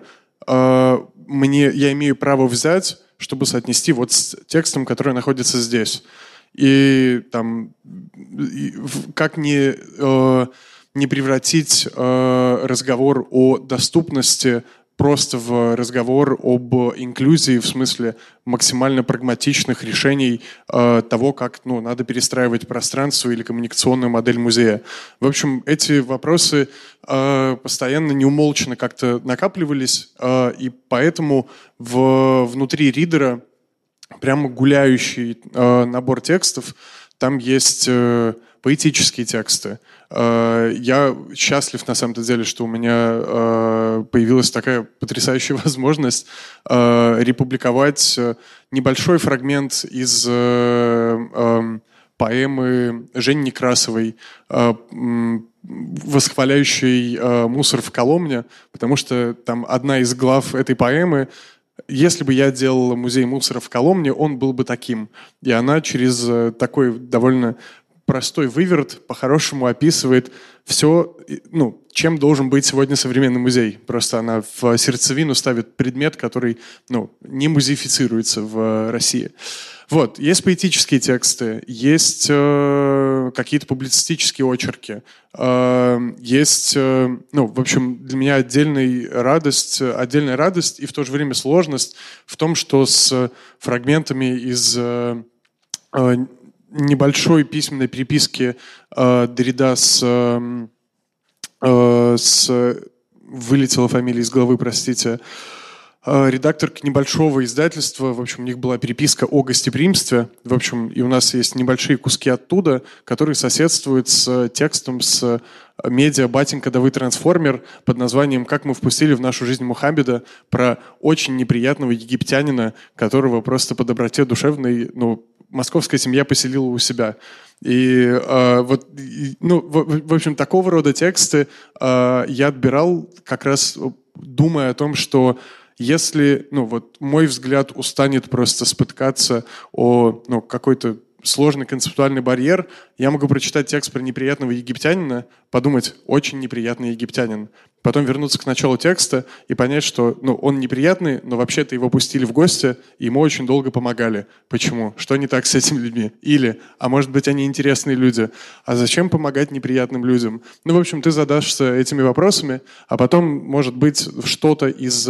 я имею право взять, чтобы соотнести вот с текстом, который находится здесь. И как не превратить разговор о доступности просто в разговор об инклюзии, в смысле максимально прагматичных решений того, как надо перестраивать пространство или коммуникационную модель музея. В общем, эти вопросы постоянно неумолчно как-то накапливались, и поэтому внутри ридера прямо гуляющий набор текстов. Там есть поэтические тексты. Я счастлив, на самом-то деле, что у меня появилась такая потрясающая возможность републиковать небольшой фрагмент из поэмы Жени Некрасовой, восхваляющей мусор в Коломне, потому что там одна из глав этой поэмы. Если бы я делал музей мусора в Коломне, он был бы таким. И она через такой довольно простой выверт по-хорошему описывает все, чем должен быть сегодня современный музей. Просто она в сердцевину ставит предмет, который не музеифицируется в России. Вот. Есть поэтические тексты, есть какие-то публицистические очерки, есть, в общем, для меня отдельная радость и в то же время сложность в том, что с фрагментами из небольшой письменной переписки Деррида вылетела фамилия из головы, простите, редакторка небольшого издательства, в общем, у них была переписка о гостеприимстве, в общем, и у нас есть небольшие куски оттуда, которые соседствуют с текстом с медиа «Батенька, да вы трансформер» под названием «Как мы впустили в нашу жизнь Мухаммеда», про очень неприятного египтянина, которого просто по доброте душевной, московская семья поселила у себя. И в общем, такого рода тексты я отбирал как раз думая о том, что если, мой взгляд устанет просто спотыкаться о какой-то сложный концептуальный барьер, я могу прочитать текст про неприятного египтянина, подумать, очень неприятный египтянин, потом вернуться к началу текста и понять, что он неприятный, но вообще-то его пустили в гости, и ему очень долго помогали. Почему? Что не так с этими людьми? Или, а может быть, они интересные люди? А зачем помогать неприятным людям? В общем, ты задашься этими вопросами, а потом, может быть, что-то из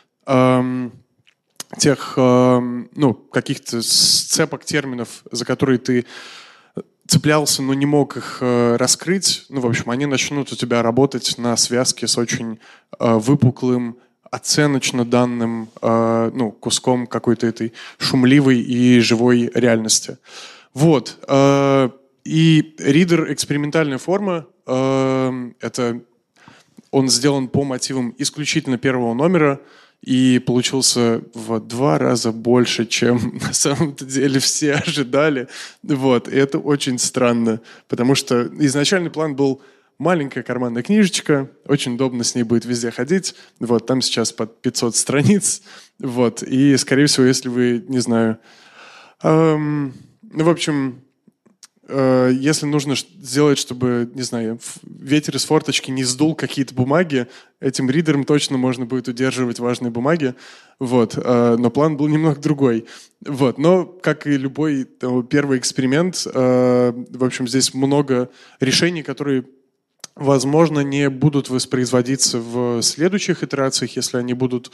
тех каких-то сцепок терминов, за которые ты цеплялся, но не мог их раскрыть, в общем, они начнут у тебя работать на связке с очень выпуклым, оценочно данным куском какой-то этой шумливой и живой реальности. Вот. И ридер — экспериментальная форма. Он сделан по мотивам исключительно первого номера. и получился в 2 раза больше, чем на самом-то деле все ожидали. Вот. И это очень странно, потому что изначальный план был маленькая карманная книжечка, очень удобно с ней будет везде ходить. Вот, там сейчас под 500 страниц. Вот. И, скорее всего, если вы, не знаю... ну, в общем, если нужно сделать, чтобы, не знаю, ветер из форточки не сдул какие-то бумаги, этим ридером точно можно будет удерживать важные бумаги. Вот. Но план был немного другой. Вот. Но, как и любой первый эксперимент, в общем, здесь много решений, которые, возможно, не будут воспроизводиться в следующих итерациях, если они будут.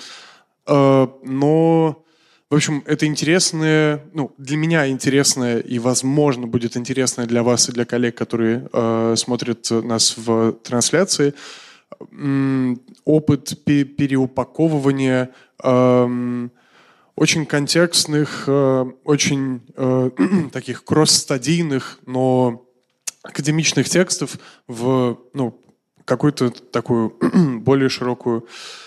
Но, в общем, это интересное, ну, для меня интересное и, возможно, будет интересное для вас и для коллег, которые смотрят нас в трансляции, опыт переупаковывания очень контекстных, очень таких кросс-стадийных, но академичных текстов в какую-то такую более широкую...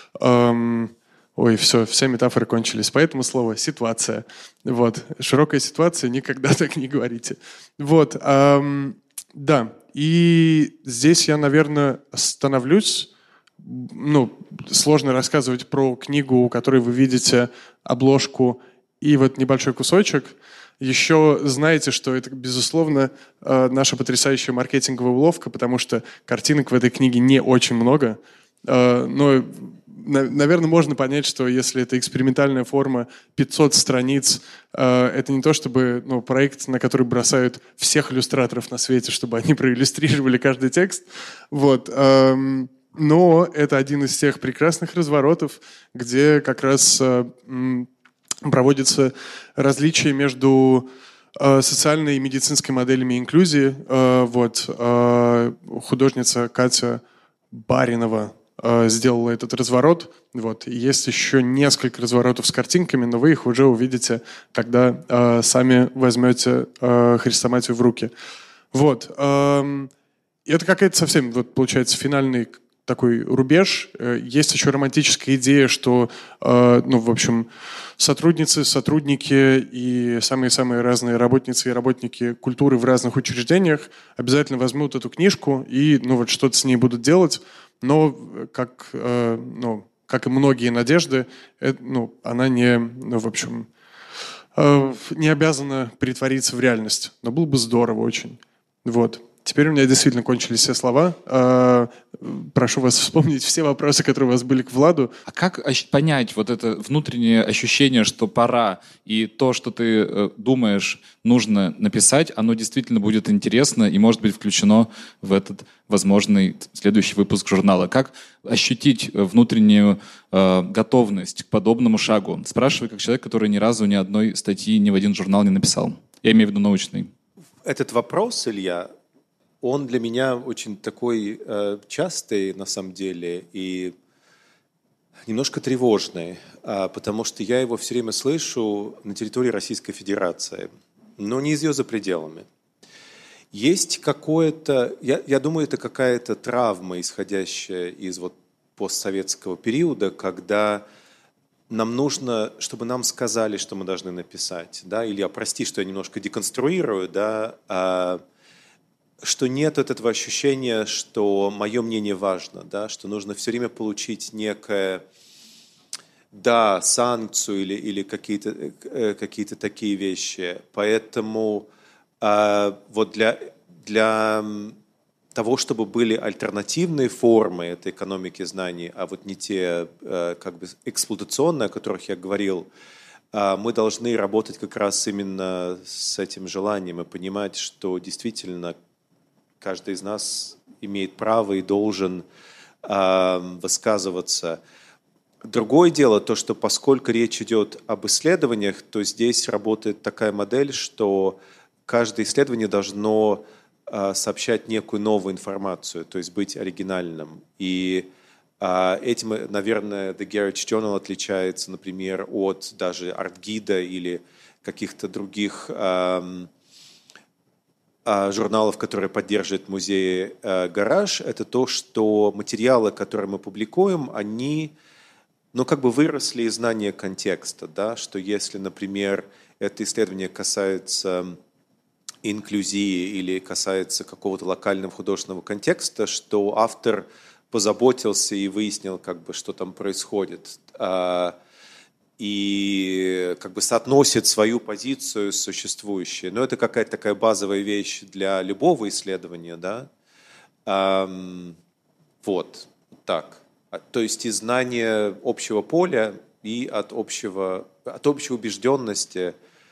Ой, все метафоры кончились. Поэтому слово «ситуация». Вот. Широкая ситуация, никогда так не говорите. Вот. Да. И здесь я, наверное, остановлюсь. Ну, сложно рассказывать про книгу, у которой вы видите обложку и вот небольшой кусочек. Еще знаете, что это, безусловно, наша потрясающая маркетинговая уловка, потому что картинок в этой книге не очень много. Но, наверное, можно понять, что если это экспериментальная форма, 500 страниц, это не то чтобы проект, на который бросают всех иллюстраторов на свете, чтобы они проиллюстрировали каждый текст. Вот. Но это один из тех прекрасных разворотов, где как раз проводится различие между социальной и медицинской моделями инклюзии. Вот. Художница Катя Баринова сделала этот разворот. Вот. Есть еще несколько разворотов с картинками, но вы их уже увидите, когда сами возьмете хрестоматию в руки. Вот. И это какая-то совсем, вот, получается, финальный такой рубеж. Есть еще романтическая идея, что, в общем, сотрудницы, сотрудники и самые-самые разные работницы и работники культуры в разных учреждениях обязательно возьмут эту книжку и, вот, что-то с ней будут делать. Но, как и многие надежды, она не, в общем, не обязана притвориться в реальность. Но было бы здорово очень. Вот. Теперь у меня действительно кончились все слова. Прошу вас вспомнить все вопросы, которые у вас были к Владу. А как понять вот это внутреннее ощущение, что пора, и то, что ты думаешь, нужно написать, оно действительно будет интересно и может быть включено в этот возможный следующий выпуск журнала? Как ощутить внутреннюю готовность к подобному шагу? Спрашиваю как человек, который ни разу ни одной статьи ни в один журнал не написал. Я имею в виду научный. Этот вопрос, Илья, он для меня очень такой частый, на самом деле, и немножко тревожный, потому что я его все время слышу на территории Российской Федерации, но не за ее пределами. Есть какое-то, я думаю, это какая-то травма, исходящая из вот постсоветского периода, когда нам нужно, чтобы нам сказали, что мы должны написать. Да? Илья, прости, что я немножко деконструирую, да, что нет этого ощущения, что мое мнение важно, да, что нужно все время получить некое, да, санкцию или какие-то такие вещи. Поэтому вот для того, чтобы были альтернативные формы этой экономики знаний, а вот не те как бы эксплуатационные, о которых я говорил, мы должны работать как раз именно с этим желанием и понимать, что действительно каждый из нас имеет право и должен высказываться. Другое дело то, что поскольку речь идет об исследованиях, то здесь работает такая модель, что каждое исследование должно сообщать некую новую информацию, то есть быть оригинальным. И этим, наверное, The Garage Journal отличается, например, от даже ArtGuide или каких-то других журналов, которые поддерживают музей «Гараж», это то, что материалы, которые мы публикуем, они но как бы выросли из знания контекста, да, что если, например, это исследование касается инклюзии или касается какого-то локального художественного контекста, что автор позаботился и выяснил, как бы, что там происходит, и как бы соотносит свою позицию с существующей. Но это какая-то такая базовая вещь для любого исследования, да. Вот так. То есть из знания общего поля и от общей убежденности,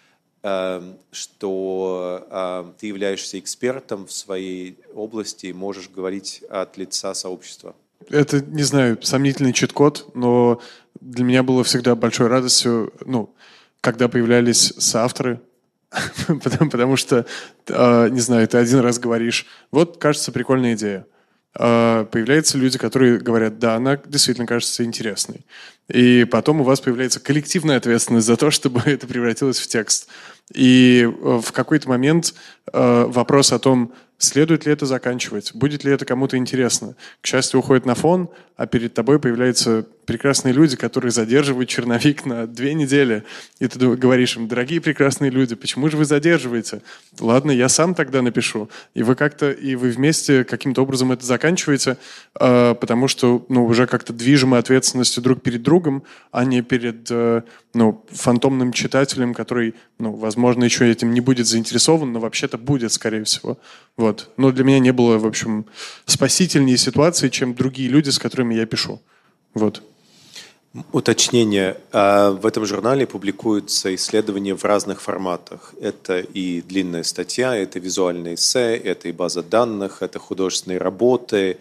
что ты являешься экспертом в своей области и можешь говорить от лица сообщества. Это, не знаю, сомнительный чит-код, но для меня было всегда большой радостью, когда появлялись соавторы, потому что, не знаю, ты один раз говоришь, вот, кажется, прикольная идея. Появляются люди, которые говорят, да, она действительно кажется интересной. И потом у вас появляется коллективная ответственность за то, чтобы это превратилось в текст. И в какой-то момент вопрос о том, следует ли это заканчивать, будет ли это кому-то интересно, к счастью, уходит на фон, а перед тобой появляются прекрасные люди, которые задерживают черновик на 2 недели. И ты говоришь им, дорогие прекрасные люди, почему же вы задерживаете? Ладно, я сам тогда напишу. И вы вместе каким-то образом это заканчиваете, потому что уже как-то движимы ответственностью друг перед другом, а не перед фантомным читателем, который, возможно, еще этим не будет заинтересован, но вообще-то будет, скорее всего. Вот. Но для меня не было, в общем, спасительнее ситуации, чем другие люди, с которыми я пишу. Вот. Уточнение. В этом журнале публикуются исследования в разных форматах. Это и длинная статья, это визуальное эссе, это и база данных, это художественные работы,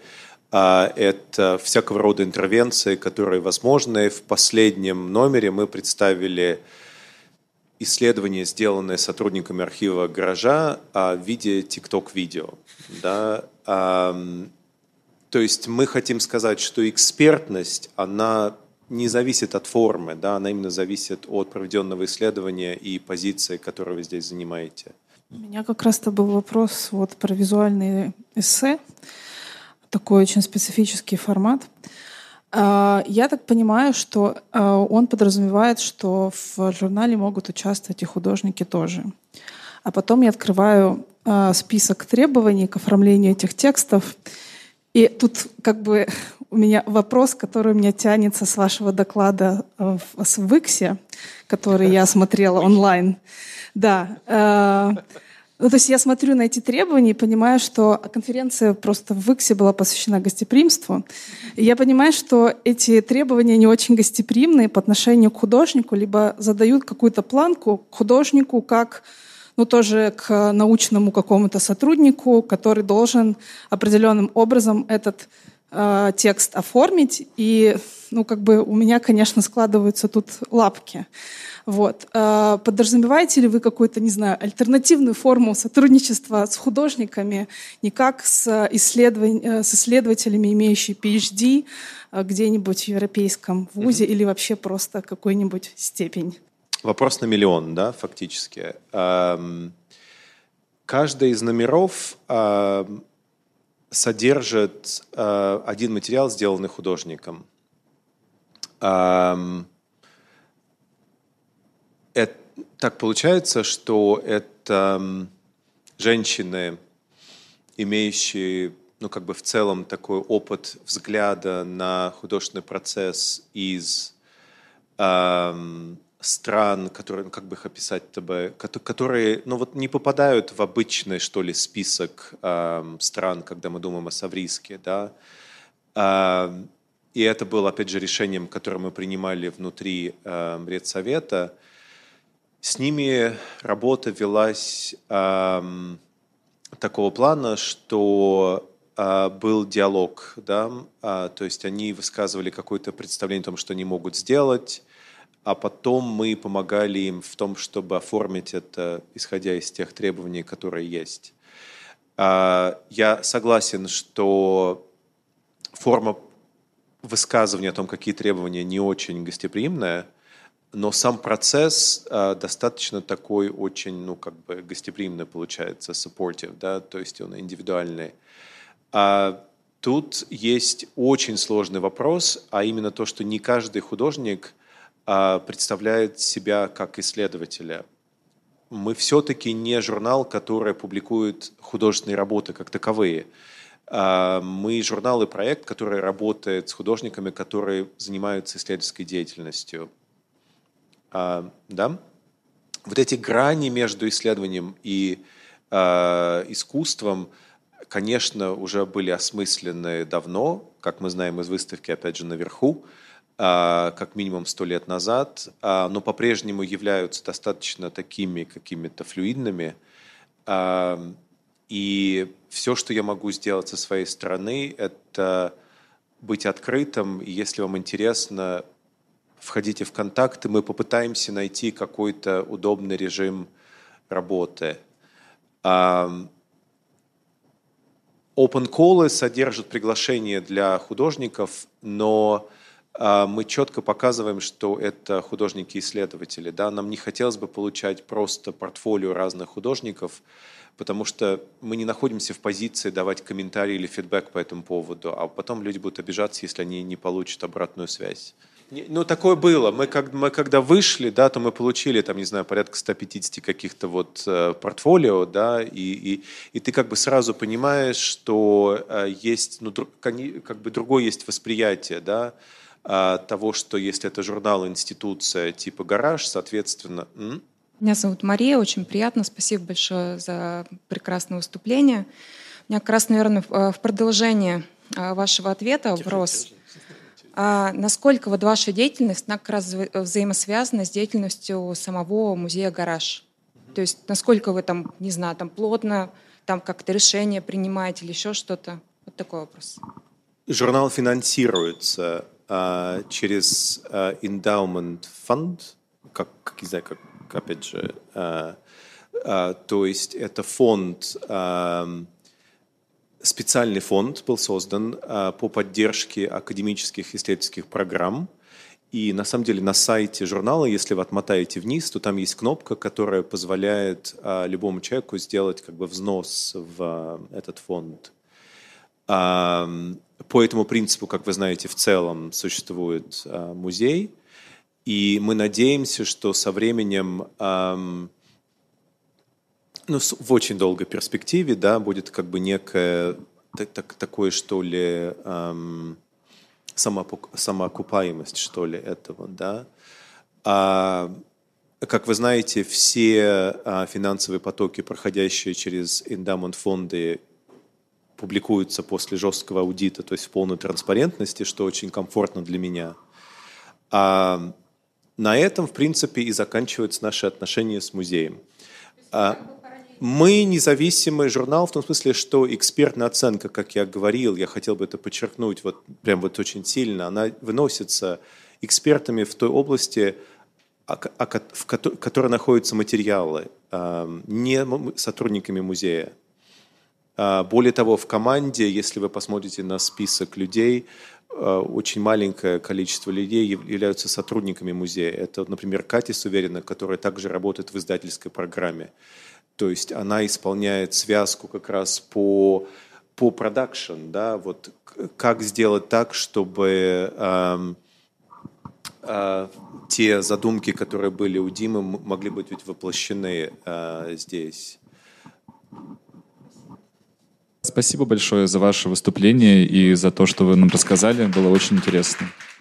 это всякого рода интервенции, которые возможны. В последнем номере мы представили исследование, сделанное сотрудниками архива «Гаража» в виде TikTok-видео. Да? То есть мы хотим сказать, что экспертность, она не зависит от формы, да, она именно зависит от проведенного исследования и позиции, которую вы здесь занимаете. У меня как раз-то был вопрос про визуальные эссе, такой очень специфический формат. Я так понимаю, что он подразумевает, что в журнале могут участвовать и художники тоже. А потом я открываю список требований к оформлению этих текстов. И тут как бы у меня вопрос, который у меня тянется с вашего доклада в Виксе, который я смотрела онлайн. Да. То есть я смотрю на эти требования и понимаю, что конференция просто в Виксе была посвящена гостеприимству. И я понимаю, что эти требования не очень гостеприимные по отношению к художнику, либо задают какую-то планку к художнику, как тоже к научному какому-то сотруднику, который должен определенным образом этот текст оформить. И у меня, конечно, складываются тут лапки. Вот. Подразумеваете ли вы какую-то, не знаю, альтернативную форму сотрудничества с художниками, не как с исследователями, имеющими PhD где-нибудь в европейском вузе или вообще просто какой-нибудь степень? Вопрос на миллион, да, фактически. Каждый из номеров содержит один материал, сделанный художником. Так получается, что это женщины, имеющие, в целом такой опыт взгляда на художественный процесс из стран, которые, как бы их описать-то бы, которые, не попадают в обычный, что ли, список стран, когда мы думаем о Савриске, да. И это было, опять же, решением, которое мы принимали внутри Редсовета. С ними работа велась такого плана, что был диалог, да, то есть они высказывали какое-то представление о том, что они могут сделать, а потом мы помогали им в том, чтобы оформить это, исходя из тех требований, которые есть. Я согласен, что форма высказывания о том, какие требования, не очень гостеприимная, но сам процесс достаточно такой очень, гостеприимный получается, supportive, да, то есть он индивидуальный. Тут есть очень сложный вопрос, а именно то, что не каждый художник представляет себя как исследователя. Мы все-таки не журнал, который публикует художественные работы как таковые. Мы журнал и проект, который работает с художниками, которые занимаются исследовательской деятельностью. Да? Вот эти грани между исследованием и искусством, конечно, уже были осмыслены давно, как мы знаем из выставки, опять же, наверху, как минимум 100 лет назад, но по-прежнему являются достаточно такими какими-то флюидными. И все, что я могу сделать со своей стороны, это быть открытым. И если вам интересно, входите в контакты, мы попытаемся найти какой-то удобный режим работы. Open Call содержат приглашения для художников, но мы четко показываем, что это художники-исследователи. Да? Нам не хотелось бы получать просто портфолио разных художников, потому что мы не находимся в позиции давать комментарии или фидбэк по этому поводу, а потом люди будут обижаться, если они не получат обратную связь. Ну, такое было. Мы когда вышли, да, то мы получили, там, не знаю, порядка 150 каких-то вот портфолио, да, и ты как бы сразу понимаешь, что есть, ну, как бы другое есть восприятие, да, того, что если это журнал, институция типа «Гараж», соответственно... Меня зовут Мария, очень приятно. Спасибо большое за прекрасное выступление. У меня как раз, наверное, в продолжение вашего ответа вопрос. Насколько вот ваша деятельность как раз взаимосвязана с деятельностью самого музея «Гараж»? То есть насколько вы там, не знаю, там плотно там как-то решения принимаете или еще что-то? Вот такой вопрос. Журнал финансируется через Endowment Fund, как не знаю, как опять же, то есть это фонд, специальный фонд был создан по поддержке академических исследовательских программ. И на самом деле на сайте журнала, если вы отмотаете вниз, то там есть кнопка, которая позволяет любому человеку сделать как бы взнос в этот фонд. По этому принципу, как вы знаете, в целом существует музей. И мы надеемся, что со временем, ну, в очень долгой перспективе, да, будет как бы некое такое, что ли, самоокупаемость, что ли, этого, да. Как вы знаете, все финансовые потоки, проходящие через эндамент-фонды, публикуются после жесткого аудита, то есть в полной транспарентности, что очень комфортно для меня. На этом, в принципе, и заканчиваются наши отношения с музеем. Мы независимый журнал в том смысле, что экспертная оценка, как я говорил, я хотел бы это подчеркнуть вот прям вот очень сильно, она выносится экспертами в той области, в которой находятся материалы, не сотрудниками музея. Более того, в команде, если вы посмотрите на список людей, очень маленькое количество людей являются сотрудниками музея. Это, например, Катя Суверина, которая также работает в издательской программе. То есть она исполняет связку как раз по продакшн, да, вот как сделать так, чтобы те задумки, которые были у Димы, могли быть ведь воплощены здесь. Спасибо большое за ваше выступление и за то, что вы нам рассказали. Было очень интересно.